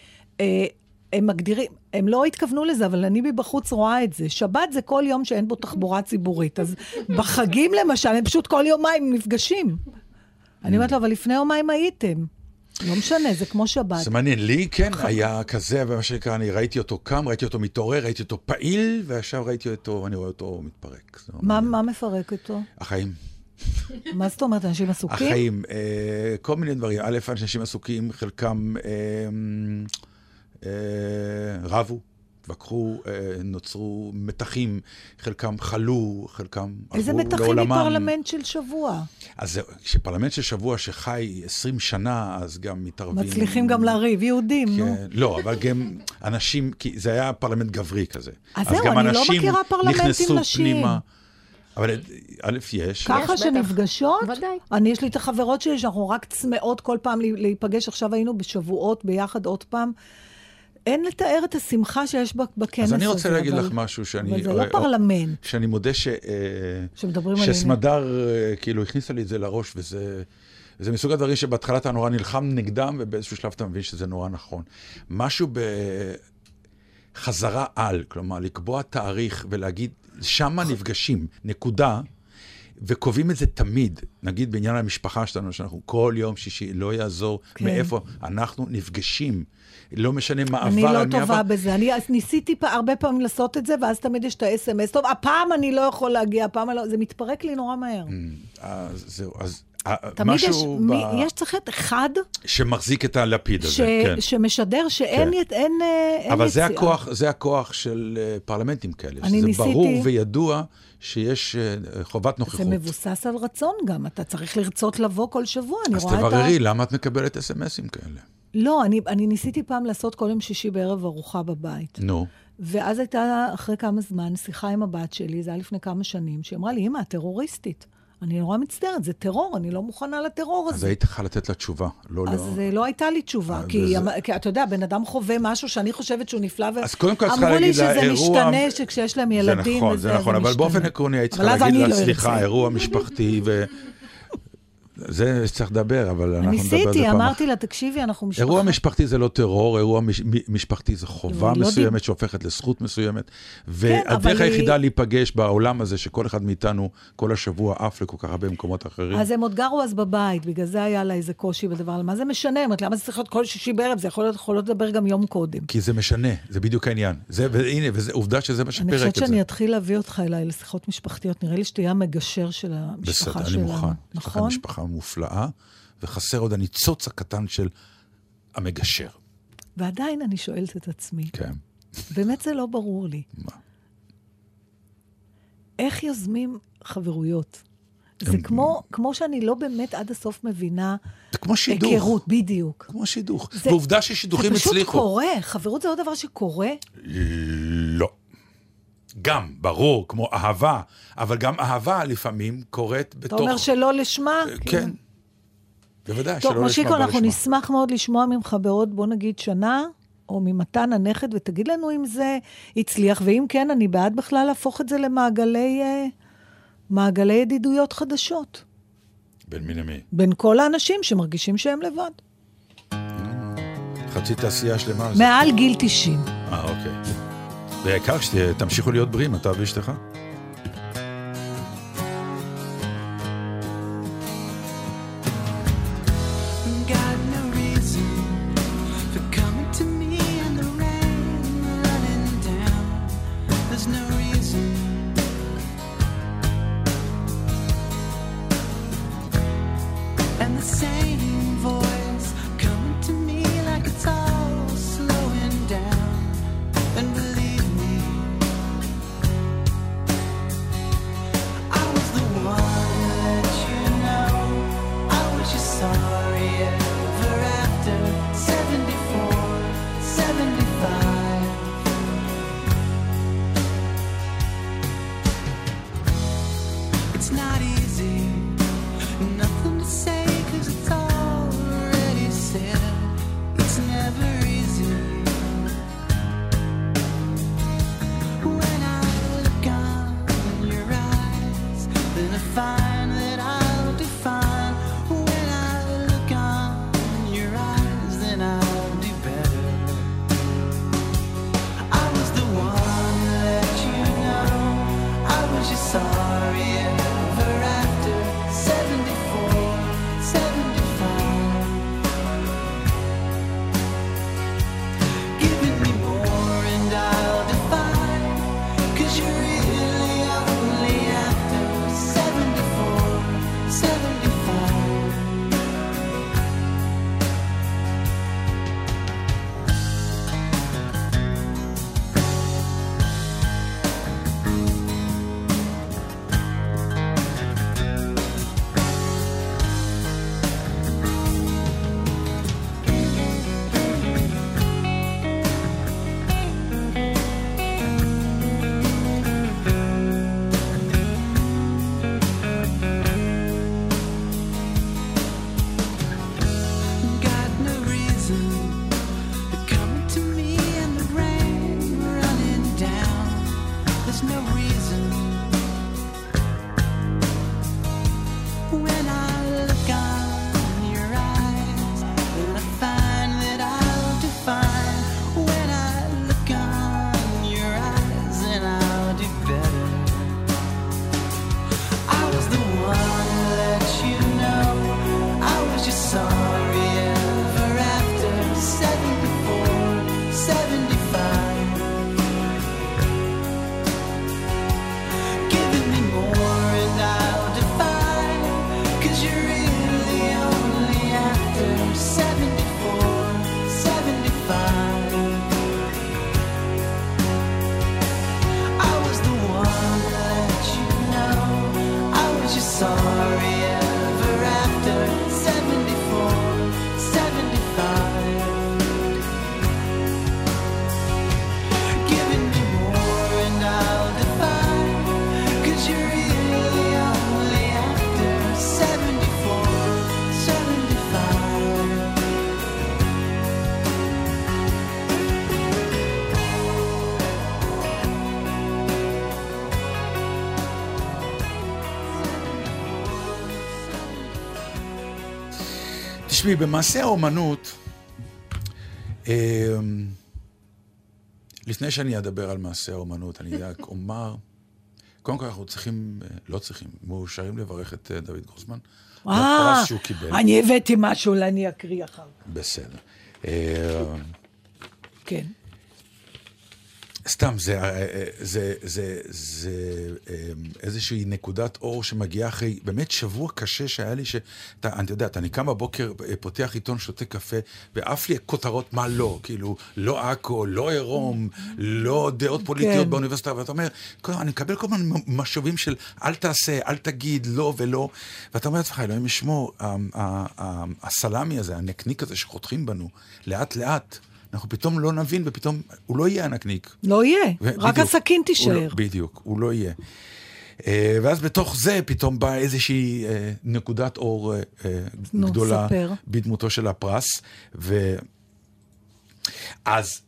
הם מגדירים, הם לא התכוונו לזה, אבל אני מבחוץ רואה את זה. שבת זה כל יום שאין בו תחבורה ציבורית. אז בחגים למשל, הם פשוט כל יומיים נפגשים. אני אומרת לו, אבל לפני יומיים הייתם. לא משנה, זה כמו שבת. זה מעניין, לי כן היה כזה, ומה שנקרא, אני ראיתי אותו קם, ראיתי אותו מתעורר, ראיתי אותו פעיל, ועכשיו ראיתי אותו, אני רואה אותו מתפרק. מה מפרק אותו? החיים. מה זאת אומרת, אנשים עסוקים? החיים, כל מיני דברים. א', אנשים עסוקים, חלקם רבו, התווכחו, נוצרו מתחים, חלקם חלו, חלקם עברו לעולמם. איזה מתחים מפרלמנט של שבוע? אז זהו, כשפרלמנט של שבוע שחי 20 שנה, אז גם מתערבים... מצליחים גם לריב, יהודים, כן, נו. לא, אבל גם אנשים, כי זה היה פרלמנט גברי כזה. אז זהו, אני לא מכירה פרלמנטים נשים. אבל א', יש. ככה שנפגשות, ודאי. יש לי את החברות שלי, שאנחנו רק צמאות כל פעם להיפגש, עכשיו היינו בשבועות ביחד עוד פעם, אין לתאר את השמחה שיש בכנס הזה. אז אני רוצה להגיד לך משהו שאני... אבל זה לא פרלמנט. שאני מודה שסמדר כאילו הכניסה לי את זה לראש, וזה מסוג הדברים שבהתחלה אתה נורא נלחם נגדם, ובאיזשהו שלב אתה מבין שזה נורא נכון. משהו בחזרה על, כלומר, לקבוע תאריך ולהגיד, שמה נפגשים, נקודה, וקובעים את זה תמיד, נגיד בעניין המשפחה שלנו, שאנחנו כל יום שישי, לא יעזור מאיפה, אנחנו נפגשים, לא משנה מה עבר. אני לא טובה בזה, אני ניסיתי הרבה פעמים לעשות את זה, ואז תמיד יש את ה-SMS, טוב, הפעם אני לא יכול להגיע, הפעם אני לא, זה מתפרק לי נורא מהר. זהו, אז תמיד יש צריך להיות אחד שמחזיק את הלפיד הזה, כן. שמשדר שאין יציאה. אבל זה הכוח של פרלמנטים כאלה, שזה ברור וידוע שיש חובת נוכחות. זה מבוסס על רצון גם, אתה צריך לרצות לבוא כל שבוע, אני רואה את אז תבררי, למה את מקבלת אס-אמסים כאלה? לא, אני ניסיתי פעם לעשות כל יום שישי בערב ארוחה בבית. נו. ואז הייתה אחרי כמה זמן שיחה עם הבת שלי, זה היה לפני כמה שנים, שאמרה לי, אמא, טרוריסטית. אני נורא מצטערת, זה טרור, אני לא מוכנה לטרור הזה. אז היית צריכה לתת לה תשובה, אז לא הייתה לי תשובה, כי אתה יודע, בן אדם חווה משהו שאני חושבת שהוא נפלא, אז קודם כל צריכה להגיד לה, אמרו לי שזה משתנה, שכשיש להם ילדים, זה נכון, אבל באופן עקרוני היית צריכה להגיד לה, סליחה, אירוע משפחתי, זה צריך לדבר, אבל אנחנו נדבר על זה פעם. ניסיתי, אמרתי לה, תקשיבי, אנחנו משפחה. אירוע משפחתי זה לא טרור, אירוע משפחתי זה חובה מסוימת שהופכת לזכות מסוימת, והדרך היחידה להיפגש בעולם הזה, שכל אחד מאיתנו כל השבוע עף לכל כך הרבה מקומות אחרים. אז הם עוד גרו אז בבית, בגלל זה היה לה איזה קושי בדבר, מה זה משנה? למה זה צריך להיות כל שישי בערב? זה יכול לדבר גם יום קודם. כי זה משנה, זה בדיוק העניין. והנה, וזה עובדה שזה מה שפרק את זה. אני חושבת שאני אתחיל להביא אותך אליי לשיחות משפחתיות, נראה לי שתהיה המגשר של המשפחה שלנו. מופלאה, וחסר עוד הניצוץ הקטן של המגשר. ועדיין אני שואלת את עצמי. כן. באמת זה לא ברור לי. מה? איך יוזמים חברויות? זה כמו שאני לא באמת עד הסוף מבינה זה כמו שידוך. היכרות, בדיוק. כמו שידוך. ועובדה ששידוכים הצליחו. זה פשוט קורה. חברות זה לא דבר שקורה. לא. גם, ברור, כמו אהבה, אבל גם אהבה לפעמים קורית בתוך... אתה אומר שלא לשמה? כן. בוודאי, טוב, שלא לשמה. מושיקו, אנחנו נשמח מאוד לשמוע ממך בעוד, בוא נגיד, שנה, או ממתן הנכד, ותגיד לנו אם זה הצליח, ואם כן, אני בעד בכלל להפוך את זה למעגלי ידידויות חדשות. בין מי למי? בין כל האנשים שמרגישים שהם לבד. חצי תעשייה שלמה. מעל גיל 90. אוקיי. בעיקר שתמשיכו להיות בריאים, אתה ואשתך. תשמעי, במעשה האומנות, לפני שאני אדבר על מעשה האומנות, אני רק אומר, קודם כל אנחנו צריכים, לא צריכים, מאושרים לברך את דוד גרוסמן. הפרס שהוא קיבל. אני הבאתי משהו, אני אקריא אחר כך. בסדר. כן. סתם, זה איזושהי נקודת אור שמגיעה אחרי באמת שבוע קשה שהיה לי, אני יודעת, אני קם בבוקר, פותח עיתון, שותה קפה, ואף לי כותרות מה לא, כאילו, לא אקו, לא עירום, לא דעות פוליטיות באוניברסיטה, ואתה אומר, אני מקבל כל מיני משובים של אל תעשה, אל תגיד, לא ולא, ואתה אומר לעצמך, אלוהים ישמור, הסלמי הזה, הנקניק הזה שחותכים בנו, לאט לאט, אנחנו פתאום לא נבין, ופתאום הוא לא יהיה הנקניק. לא יהיה, רק הסכין תישאר. בדיוק, הוא לא יהיה. ואז בתוך זה פתאום באה איזושהי נקודת אור גדולה בדמותו של הפרס. אז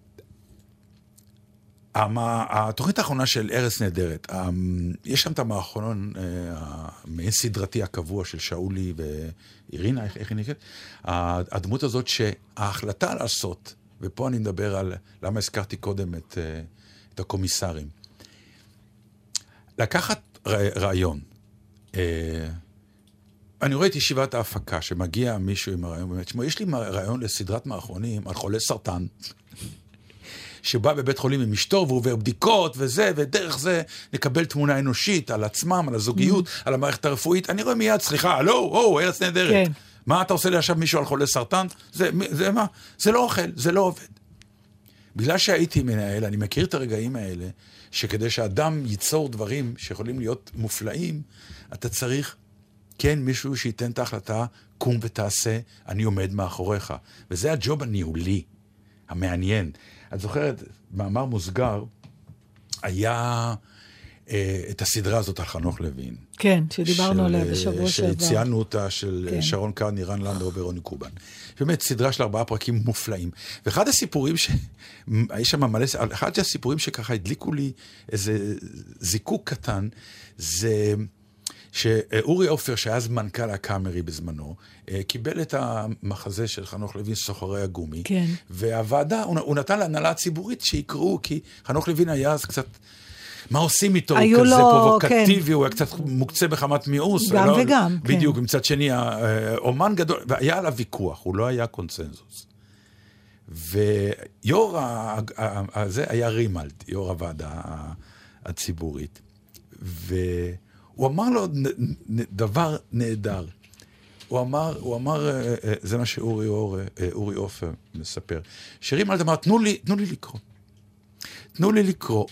התוכנית האחרונה של ארץ נהדרת, יש שם את המערכון המעין סדרתי הקבוע של שאולי ואירינה, איך היא נקראת? הדמות הזאת שההחלטה לעשות, ופה אני מדבר על למה הזכרתי קודם את הקומיסרים. לקחת רעיון. אני רואה את ישיבת ההפקה שמגיע מישהו עם הרעיון, באמת, יש לי רעיון לסדרת מערכונים על חולי סרטן, שבא בבית חולים עם אשתו, והוא עובר בדיקות וזה, ודרך זה נקבל תמונה אנושית על עצמם, על הזוגיות, על המערכת הרפואית. אני רואה מיד, סליחה, הלו, ארץ נהדרת. כן. מה אתה עושה לי עכשיו מישהו על חולה סרטן? זה מה? זה לא אוכל, זה לא עובד. בגלל שהייתי מנהל, אני מכיר את הרגעים האלה, שכדי שאדם ייצור דברים שיכולים להיות מופלאים, אתה צריך, כן, מישהו שייתן את ההחלטה, קום ותעשה, אני עומד מאחוריך. וזה הג'וב הניהולי, המעניין. את זוכרת, מאמר מוסגר, היה את הסדרה הזאת על חנוך לוין. כן, שדיברנו עליה בשבוע שעבר. שציינו אותה של שרון קרני, רן לנדאו ורוני קובן. באמת, סדרה של 4 פרקים מופלאים. ואחד הסיפורים יש שם מלא, אחד הסיפורים שככה הדליקו לי איזה זיקוק קטן, זה שאורי אופר, שהיה אז מנכ"ל הקאמרי בזמנו, קיבל את המחזה של חנוך לוין, סוחרי הגומי, כן. והוועדה, הוא נתן להנהלה הציבורית שיקראו, כי חנוך לוין היה אז קצת, מה עושים איתו? הוא כזה פרובוקטיבי, כן. הוא היה קצת מוקצה בחמת מיאוס. גם לא, וגם, בדיוק, כן. מצד שני, אומן גדול, והיה עליו ויכוח, הוא לא היה קונצנזוס. ויור הזה היה רימלד, יור הוועדה הציבורית. הוא אמר לו דבר נהדר. הוא אמר, זה מה שאורי אופר מספר. שרימלד אמר, תנו לי לקרוא. תנו לי לקרוא.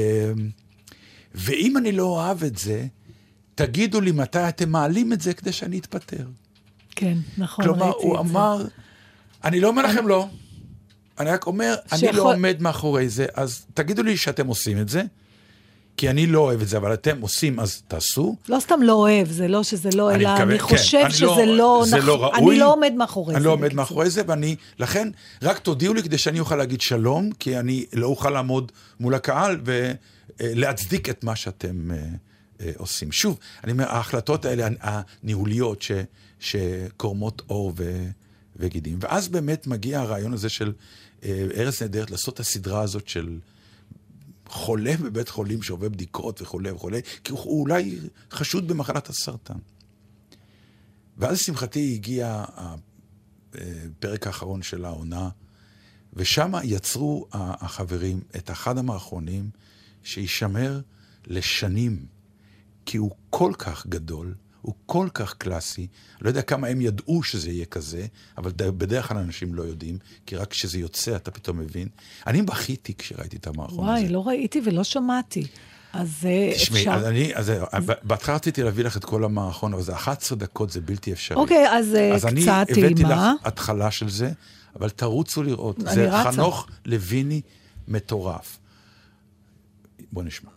ואם אני לא אוהב את זה, תגידו לי מתי אתם מעלים את זה כדי שאני אתפטר. כן, נכון, כלומר, ראיתי את זה. הוא אמר, אני לא אומר לכם לא. אני רק אומר, אני לא עומד מאחורי זה, אז תגידו לי שאתם עושים את זה. כי אני לא אוהב את זה, אבל אתם עושים, אז תעשו. לא סתם לא אוהב, זה לא שזה לא, אלא אני חושב שזה לא ראוי. אני לא עומד מאחורי זה. אני לא עומד מאחורי זה, ואני, לכן, רק תודיעו לי כדי שאני אוכל להגיד שלום, כי אני לא אוכל לעמוד מול הקהל ולהצדיק את מה שאתם עושים. שוב, אני אומר, ההחלטות האלה, הניהוליות שקורמות אור וגידים. ואז באמת מגיע הרעיון הזה של ארץ נהדרת, לעשות את הסדרה הזאת של חולה בבית חולים שעובר בדיקות וחולה, כי הוא אולי חשוד במחלת הסרטן. ואז לשמחתי הגיע הפרק האחרון של העונה, ושם יצרו החברים את אחד המערכונים שישמר לשנים, כי הוא כל כך גדול, הוא כל כך קלאסי, לא יודע כמה הם ידעו שזה יהיה כזה, אבל בדרך כלל אנשים לא יודעים, כי רק כשזה יוצא אתה פתאום מבין. אני בכיתי כשראיתי את המערכון הזה. וואי, לא ראיתי ולא שמעתי. אז תשמעי, אפשר... בהתחלה רציתי להביא לך את כל המערכון, אבל זה 11 דקות, זה בלתי אפשרי. אוקיי, אז קצת אני הבאתי לך התחלה של זה, אבל תרוצו לראות. זה חנוך לויני מטורף. בוא נשמע.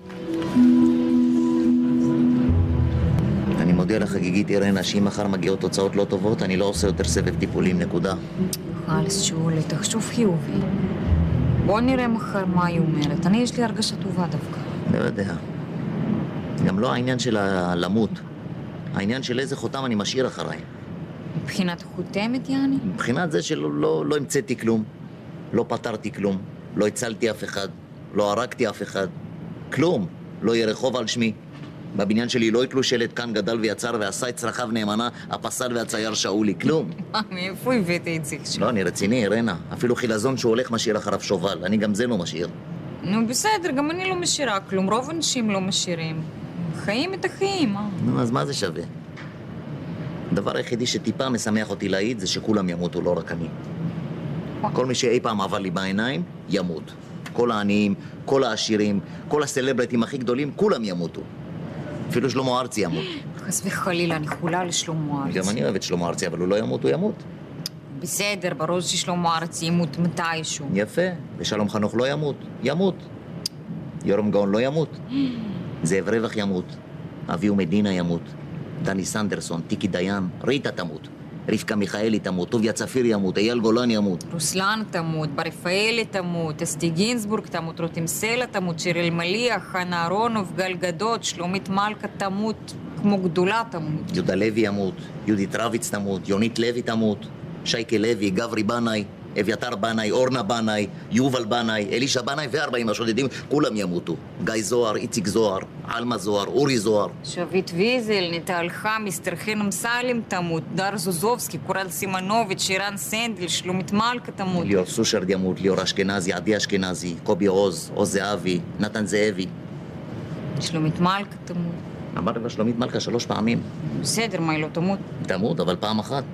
אני מודיע לחגיגית אירנה שאם מחר מגיעות תוצאות לא טובות, אני לא עושה יותר סבב טיפולים, נקודה. חלס שולי, תחשוב חיובי. בוא נראה מחר מה היא אומרת. יש לי הרגשה טובה דווקא. לא יודע. גם לא העניין של למות. העניין של איזה חותם אני משאיר אחריי. מבחינת חותמת, יעני? מבחינת זה שלא המצאתי כלום. לא פתרתי כלום. לא הצלתי אף אחד. לא הרגתי אף אחד. כלום. לא יהיה רחוב על שמי. בבניין שלי לא יתלו שלט כאן גדל ויצר ועשה את צרכיו נאמנה, הפסל והצייר שאולי, כלום. מאיפה הבאתי את זה? לא, אני רציני, אירנה. אפילו חילזון שהוא הולך משאיר אחריו שובל, אני גם זה לא משאיר. נו, בסדר, גם אני לא משאירה כלום, רוב אנשים לא משאירים. חיים את החיים, נו, אז מה זה שווה? הדבר היחידי שטיפה משמח אותי להעיד זה שכולם ימותו, לא רק אני. כל מי שאי פעם עבר לי בעיניים, ימות. כל העניים, כל העשירים, כל הסלבריטים הכי גדולים, כולם ימותו. אפילו שלמה ארצי ימות. חס וחלילה, אני חולה לשלמה ארצי. גם אני אוהב את שלמה ארצי, אבל הוא לא ימות, הוא ימות. בסדר, ברור ששלמה ארצי ימות מתישהו. יפה, ושלום חנוך לא ימות, ימות. יורם גאון לא ימות. זאב רווח ימות. אביהו מדינה ימות. דני סנדרסון, טיקי דיין, ריטה תמות. רבקה מיכאלי תמות, טוביה צפיר ימות, אייל גולן ימות. רוסלן תמות, ברפאלי תמות, אסתי גינסבורג תמות, רותם סלע תמות, שיר אלמליח, חנה אהרונוב, גל גדות, שלומית מלכה תמות, כמו גדולה תמות. יהודה לוי ימות, יהודית רביץ תמות, יונית לוי תמות, שייקה לוי, גברי בנאי, אביתר בנאי, אורנה בנאי, יובל בנאי, אלישע בנאי ו40 השודדים, כולם ימותו. גיא זוהר, איציק זוהר, אלמה זוהר, אורי זוהר. שביט ויזל, ניטל חמיס, תרחין אמסלם תמות, דר זוזובסקי, קורל סימנוביץ', שירן סנדל, שלומית מלכה תמות. ליאור סושרד ימות, ליאור אשכנזי, עדי אשכנזי, קובי עוז, עוז זהבי, נתן זאבי. שלומית מלכה תמות. אמרתי לה שלומית מלכה 3 פעמים. בסדר, מה היא לא תמות? תמות, אבל פעם אחת.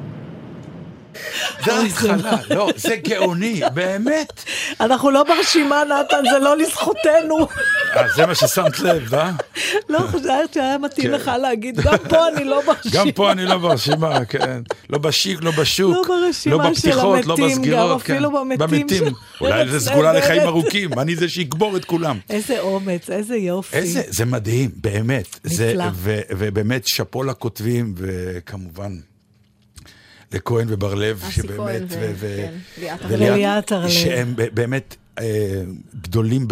זה התחלה, לא, זה גאוני, באמת. אנחנו לא ברשימה, נתן, זה לא לזכותנו. זה מה ששמת לב, לא חושבת שהיה מתאים לך להגיד, גם פה אני לא ברשימה. גם פה אני לא ברשימה, כן. לא בשיק, לא בשוק, לא ברשימה של המתים, גם אפילו במתים. אולי זה סגולה לחיים ארוכים, אני זה שיקבור את כולם. איזה אומץ, איזה יופי. זה מדהים, באמת. נפלא. ובאמת שפו לכותבים, וכמובן לכהן ובר לב, שבאמת, וליאת הרלב, שהם באמת גדולים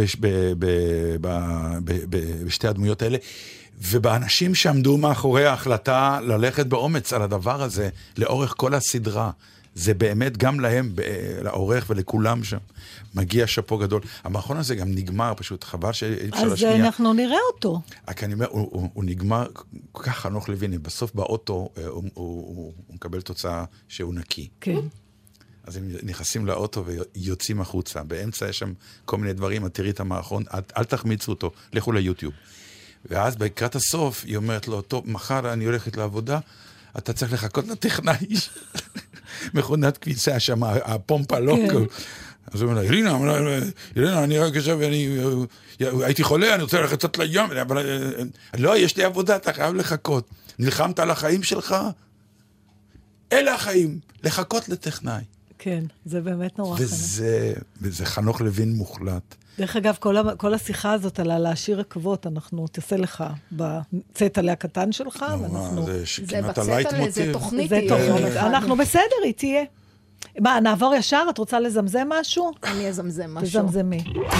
בשתי הדמויות האלה, ובאנשים שעמדו מאחורי ההחלטה ללכת באומץ על הדבר הזה, לאורך כל הסדרה, זה באמת גם להם, לעורך ולכולם שם, מגיע שפו גדול. המכון הזה גם נגמר פשוט, חבל שאפשר להשמיע. אז אנחנו נראה אותו. רק אני אומר, הוא נגמר כל כך חנוך לויני, בסוף באוטו הוא מקבל תוצאה שהוא נקי. כן. אז הם נכנסים לאוטו ויוצאים החוצה. באמצע יש שם כל מיני דברים, את תראי את המערכון, אל תחמיצו אותו, לכו ליוטיוב. ואז בקראת הסוף היא אומרת לו, טוב, מחר אני הולכת לעבודה, אתה צריך לחכות לטכנאי. מכונת כביסה שם, הפומפה לא... אז הוא אומר לה, אלינה, אני רק עכשיו, הייתי חולה, אני רוצה ללכת קצת לים, אבל לא, יש לי עבודה, אתה חייב לחכות. נלחמת על החיים שלך? אלה החיים, לחכות לטכנאי. כן, זה באמת נורא חנוך. וזה חנוך לוין מוחלט. דרך אגב, כל השיחה הזאת על להשאיר עקבות, אנחנו תעשה לך בצטלה הקטן שלך, ואנחנו... זה בצטלה, זה תוכנית. אנחנו בסדר, היא תהיה. מה, נעבור ישר? את רוצה לזמזם משהו? אני אזמזם משהו. תזמזמי.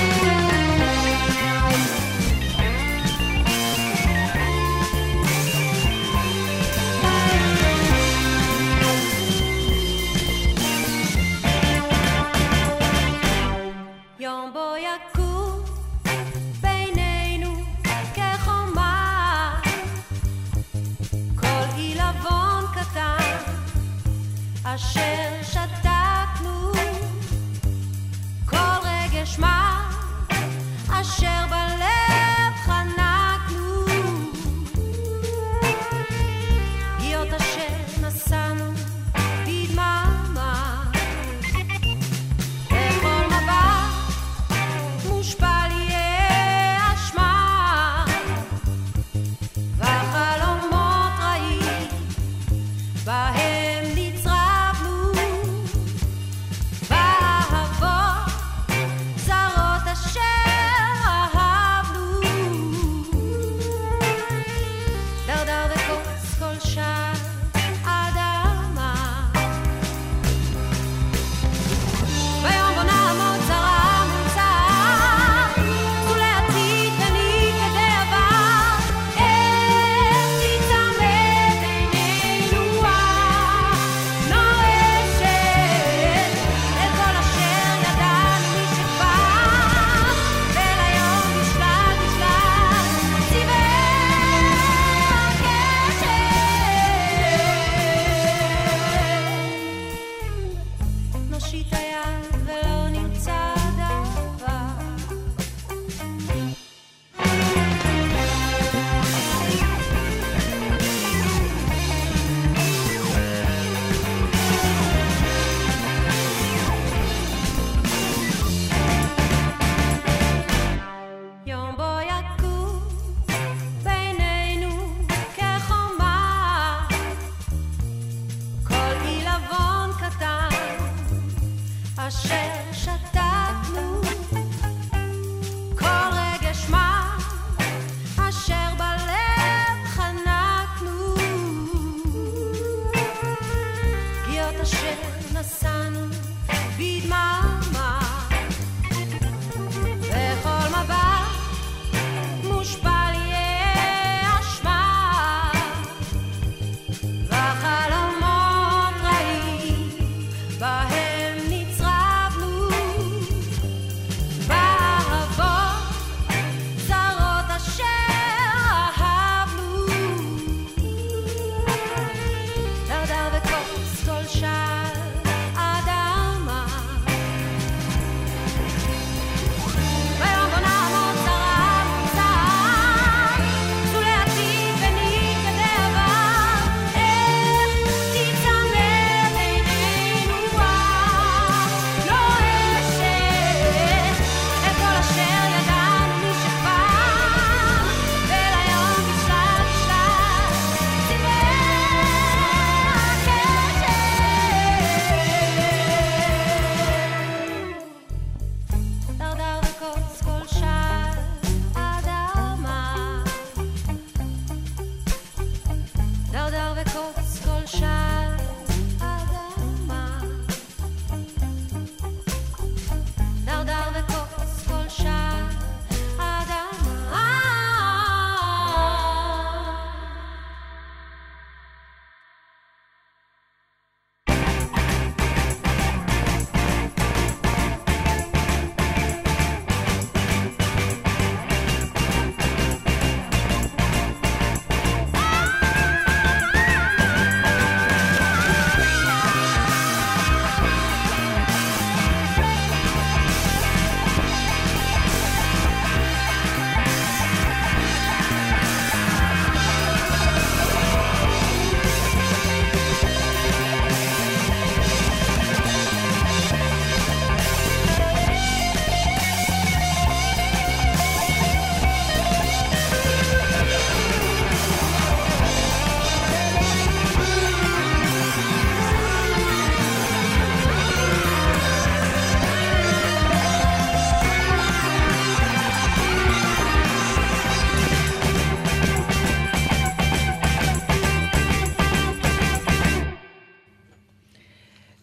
יום בו יקום בינינו כחומה, כל עילבון קטן אשר שתקנו, כל רגש מה אשר בלב חנקנו, פגיעות אשר נשאנו בדממה, בכל מבט מושפל יהיה אשמה, והחלומות רעים בהם נצרבנו,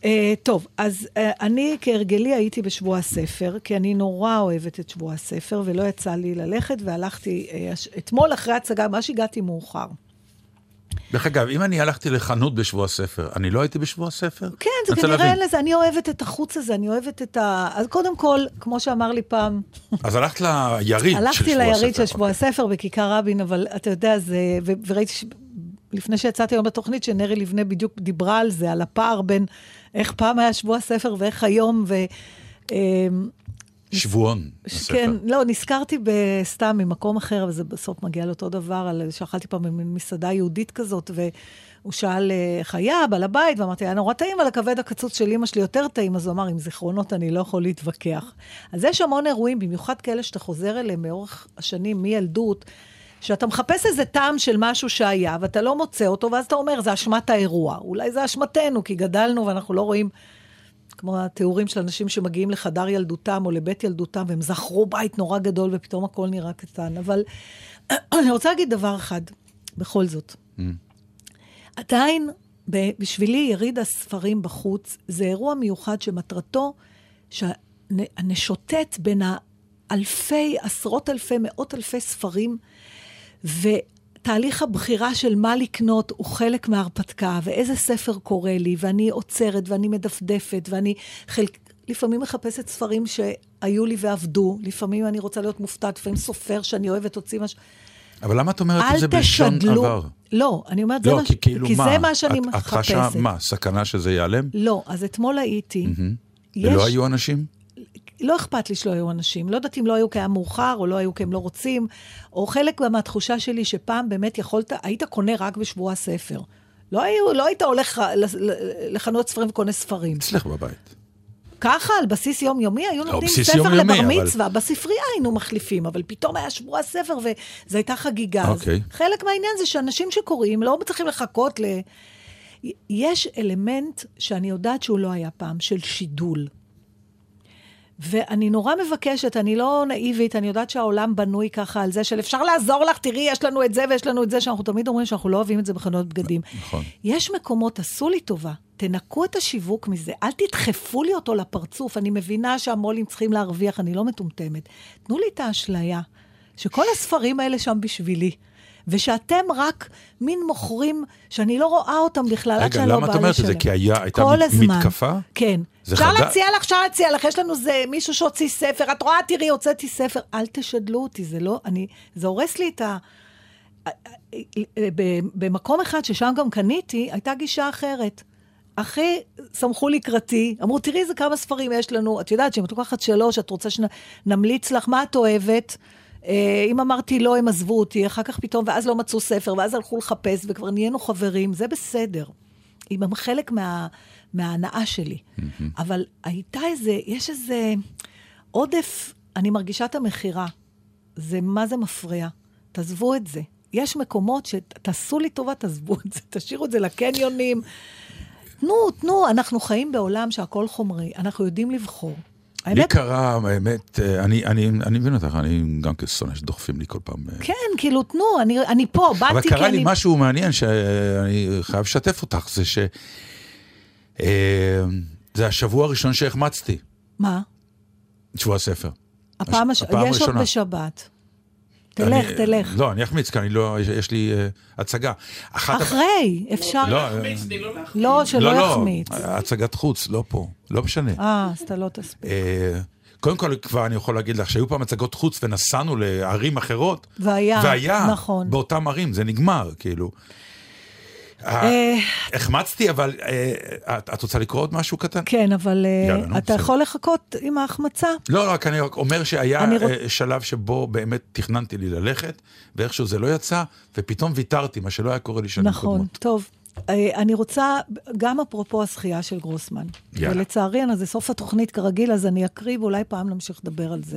טוב, אז אני כהרגלי הייתי בשבוע הספר, כי אני נורא אוהבת את שבוע הספר, ולא יצא לי ללכת, והלכתי אתמול אחרי הצגה, ממש הגעתי מאוחר. דרך אגב, אם אני הלכתי לחנות בשבוע הספר, אני לא הייתי בשבוע הספר? כן, זה כנראה אין לזה, אני אוהבת את החוץ הזה, אני אוהבת את אז קודם כל, כמו שאמר לי פעם... אז הלכת ליריד של שבוע הספר. הלכתי ליריד של שבוע הספר בכיכר רבין, אבל אתה יודע, וראיתי לפני שיצאתי היום בתוכנית, שנרי לבנה בדיוק דיברה על זה, על הפער בין איך פעם היה שבוע הספר ואיך היום, שבועון הספר. כן, לא, נזכרתי בסתם ממקום אחר, וזה בסוף מגיע לאותו דבר, שאכלתי פעם במסעדה יהודית כזאת, והוא שאל איך היה, בעל הבית, ואמרתי, היה נורא טעים, אבל הכבד הקצוץ של אמא שלי יותר טעים, אז הוא אמר, עם זיכרונות אני לא יכול להתווכח. אז יש המון אירועים, במיוחד כאלה שאתה חוזר אליהם מאורך השנים, מילדות, שאתה מחפש איזה טעם של משהו שהיה, ואתה לא מוצא אותו, ואז אתה אומר, זה אשמת האירוע. אולי זה אשמתנו, כי גדלנו ואנחנו לא רואים, כמו התיאורים של אנשים שמגיעים לחדר ילדותם או לבית ילדותם, והם זכרו בית נורא גדול, ופתאום הכל נראה קטן. אבל אני רוצה להגיד דבר אחד, בכל זאת. עדיין, בשבילי יריד הספרים בחוץ, זה אירוע מיוחד שמטרתו, שנשוטט בין האלפי, עשרות אלפי, מאות אלפי ספרים, ותהליך הבחירה של מה לקנות הוא חלק מההרפתקה, ואיזה ספר קורא לי, ואני עוצרת, ואני מדפדפת, ואני לפעמים מחפשת ספרים שהיו לי ועבדו, לפעמים אני רוצה להיות מופתעת, לפעמים סופר שאני אוהבת, הוציא משהו. אבל למה את אומרת את זה בלשון עבר? לא, אני אומרת, לא, כי זה מה שאני מחפשת. את חשה מה, סכנה שזה ייעלם? לא, אז אתמול הייתי. ולא היו אנשים? לא אכפת לי שלא היו אנשים. לא יודעת אם לא היו כי היה מאוחר, או לא היו כי הם לא רוצים, או חלק מהתחושה שלי שפעם באמת היית קונה רק בשבוע הספר. לא היית הולך לחנות ספרים וקונה ספרים. אצלך בבית. ככה, על בסיס יומיומי, היו נותנים ספר לבר מצווה, בספרייה היינו מחליפים, אבל פתאום היה שבוע הספר, וזו הייתה חגיגה. חלק מהעניין זה שאנשים שקוראים, לא צריכים לחכות יש אלמנט שאני יודעת שהוא לא היה פעם, של שידול. ואני נורא מבקשת, אני לא נאיבית, אני יודעת שהעולם בנוי ככה על זה, של אפשר לעזור לך, תראי, יש לנו את זה ויש לנו את זה, שאנחנו תמיד אומרים שאנחנו לא אוהבים את זה בחנות בגדים. נכון. יש מקומות, עשו לי טובה, תנקו את השיווק מזה, אל תדחפו לי אותו לפרצוף, אני מבינה שהמולים צריכים להרוויח, אני לא מטומטמת. תנו לי את האשליה, שכל הספרים האלה שם בשבילי, ושאתם רק מין מוכרים, שאני לא רואה אותם בכלל, עד שאני לא באה לשלם. רגע, למה את אומרת את זה? כי הייתה מתקפה? כן. אפשר להציע לך, יש לנו מישהו שהוציא ספר, את רואה, תראי, הוצאתי ספר, אל תשדלו אותי, זה הורס לי את במקום אחד ששם גם קניתי, הייתה גישה אחרת. אחי, שמחו לקראתי, אמרו, תראי איזה כמה ספרים יש לנו, את יודעת שאם את לוקחת 3, את רוצה שנמליץ לך, מה את אוהבת? אם אמרתי לא, הם עזבו אותי, אחר כך פתאום, ואז לא מצאו ספר, ואז הלכו לחפש, וכבר נהיינו חברים, זה בסדר. הם חלק מההנאה שלי. אבל יש איזה עודף, אני מרגישה את המחירה. מה זה מפריע? תעזבו את זה. יש מקומות שתעשו לי טובה, תעזבו את זה, תשאירו את זה לקניונים. תנו, אנחנו חיים בעולם שהכל חומרי, אנחנו יודעים לבחור. לי קרה, האמת, אני מבין אותך, אני גם כסונה שדוחפים לי כל פעם. כן, כאילו, תנו, אני פה, באתי אבל קרה לי משהו מעניין שאני חייב לשתף אותך, זה זה השבוע הראשון שהחמצתי. מה? שבוע הספר. יש עוד בשבת. תלך. לא, אני אחמיץ, כי יש לי הצגה. אחרי, אפשר. לא, שלא יחמיץ. הצגת חוץ, לא פה, לא משנה. אז אתה לא תספיק. קודם כל, כבר אני יכול להגיד לך, שהיו פעם הצגות חוץ ונסענו לערים אחרות. והיה, נכון. באותם ערים, זה נגמר, כאילו. החמצתי, אבל את רוצה לקרוא עוד משהו קטן? כן, אבל אתה יכול לחכות עם ההחמצה? לא, רק אני אומר שהיה שלב שבו באמת תכננתי לי ללכת, ואיכשהו זה לא יצא, ופתאום ויתרתי, מה שלא היה קורה לי שנים קודמות. נכון, טוב. אני רוצה, גם אפרופו הזכייה של גרוסמן, ולצערי, זה סוף התוכנית כרגיל, אז אני אקריא, ואולי פעם נמשיך לדבר על זה.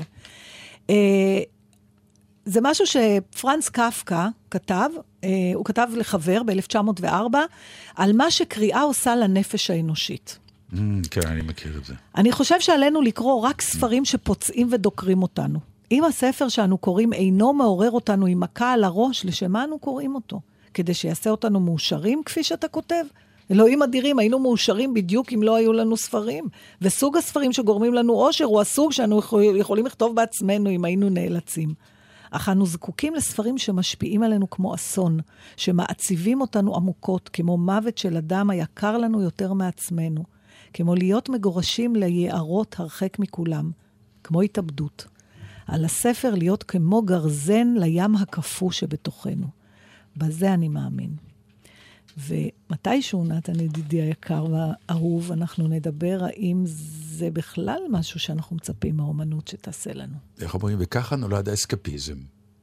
זה משהו שפרנץ קפקא כתב, הוא כתב לחבר ב-1904, על מה שקריאה עושה לנפש האנושית. כן, אני מכיר את זה. אני חושב שעלינו לקרוא רק ספרים שפוצעים ודוקרים אותנו. אם הספר שאנו קוראים אינו מעורר אותנו עם מכה על הראש, לשם מה אנו קוראים אותו? כדי שיעשה אותנו מאושרים, כפי שאתה כותב? אלוהים אדירים, היינו מאושרים בדיוק אם לא היו לנו ספרים. וסוג הספרים שגורמים לנו אושר הוא הסוג שאנו יכולים לכתוב בעצמנו אם היינו נאלצים. אך אנו זקוקים לספרים שמשפיעים עלינו כמו אסון, שמעציבים אותנו עמוקות, כמו מוות של אדם היקר לנו יותר מעצמנו, כמו להיות מגורשים ליערות הרחק מכולם, כמו התאבדות. על הספר להיות כמו גרזן לים הקפוא שבתוכנו. בזה אני מאמין. ומתישהו, נתן ידידי היקר והאהוב, אנחנו נדבר האם זה בכלל משהו שאנחנו מצפים מהאומנות שתעשה לנו. איך אומרים? וככה נולד האסקפיזם.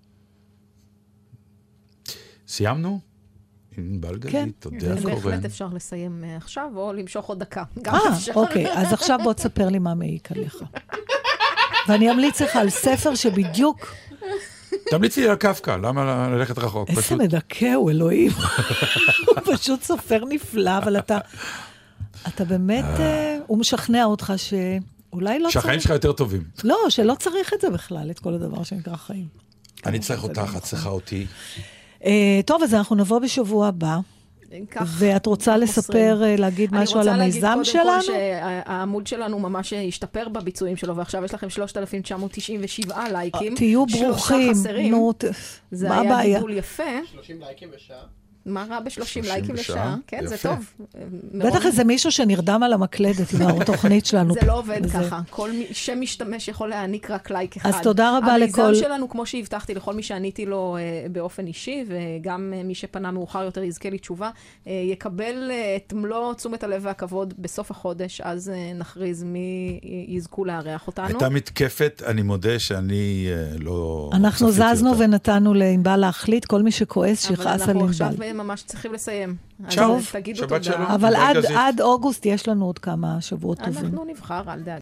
סיימנו? עם בלגזית, תודה קורן. בהחלט אפשר לסיים עכשיו, או למשוך עוד דקה. גם אפשר. אוקיי, אז עכשיו בוא תספר לי מה מעיק עליך. ואני אמליץ לך על ספר שבדיוק... תמליץ לי על קפקא, למה ללכת רחוק? איזה מדכא הוא, אלוהים. הוא פשוט סופר נפלא, אבל אתה באמת, הוא משכנע אותך שאולי לא צריך... שהחיים שלך יותר טובים. לא, שלא צריך את זה בכלל, את כל הדבר שנקרא חיים. אני צריך אותך, את צריכה אותי. טוב, אז אנחנו נבוא בשבוע הבא. ואת רוצה לספר, להגיד משהו על המיזם שלנו? אני רוצה להגיד קודם כל שהעמוד שלנו ממש השתפר בביצועים שלו, ועכשיו יש לכם 3,997 לייקים. תהיו ברוכים. זה היה גידול יפה. 30 לייקים בשעה. מה רע ב-30 לייקים לשעה? כן, זה טוב. בטח איזה מישהו שנרדם על המקלדת עם התוכנית שלנו. זה לא עובד ככה. כל שמשתמש יכול להעניק רק לייק אחד. אז תודה רבה לכל... המיזם שלנו, כמו שהבטחתי לכל מי שעניתי לו באופן אישי, וגם מי שפנה מאוחר יותר יזכה לי תשובה, יקבל את מלוא תשומת הלב והכבוד בסוף החודש, אז נכריז מי יזכו לארח אותנו. הייתה מתקפת, אני מודה שאני לא... אנחנו זזנו ונתנו לענבל להחליט, כל מי שכועס שיכעס על ענבל. ממש צריכים לסיים. צ'או, אז תגידו שבת תודה. שלום. אבל עד אוגוסט יש לנו עוד כמה שבועות טובים. אנחנו נבחר, אל דאגה.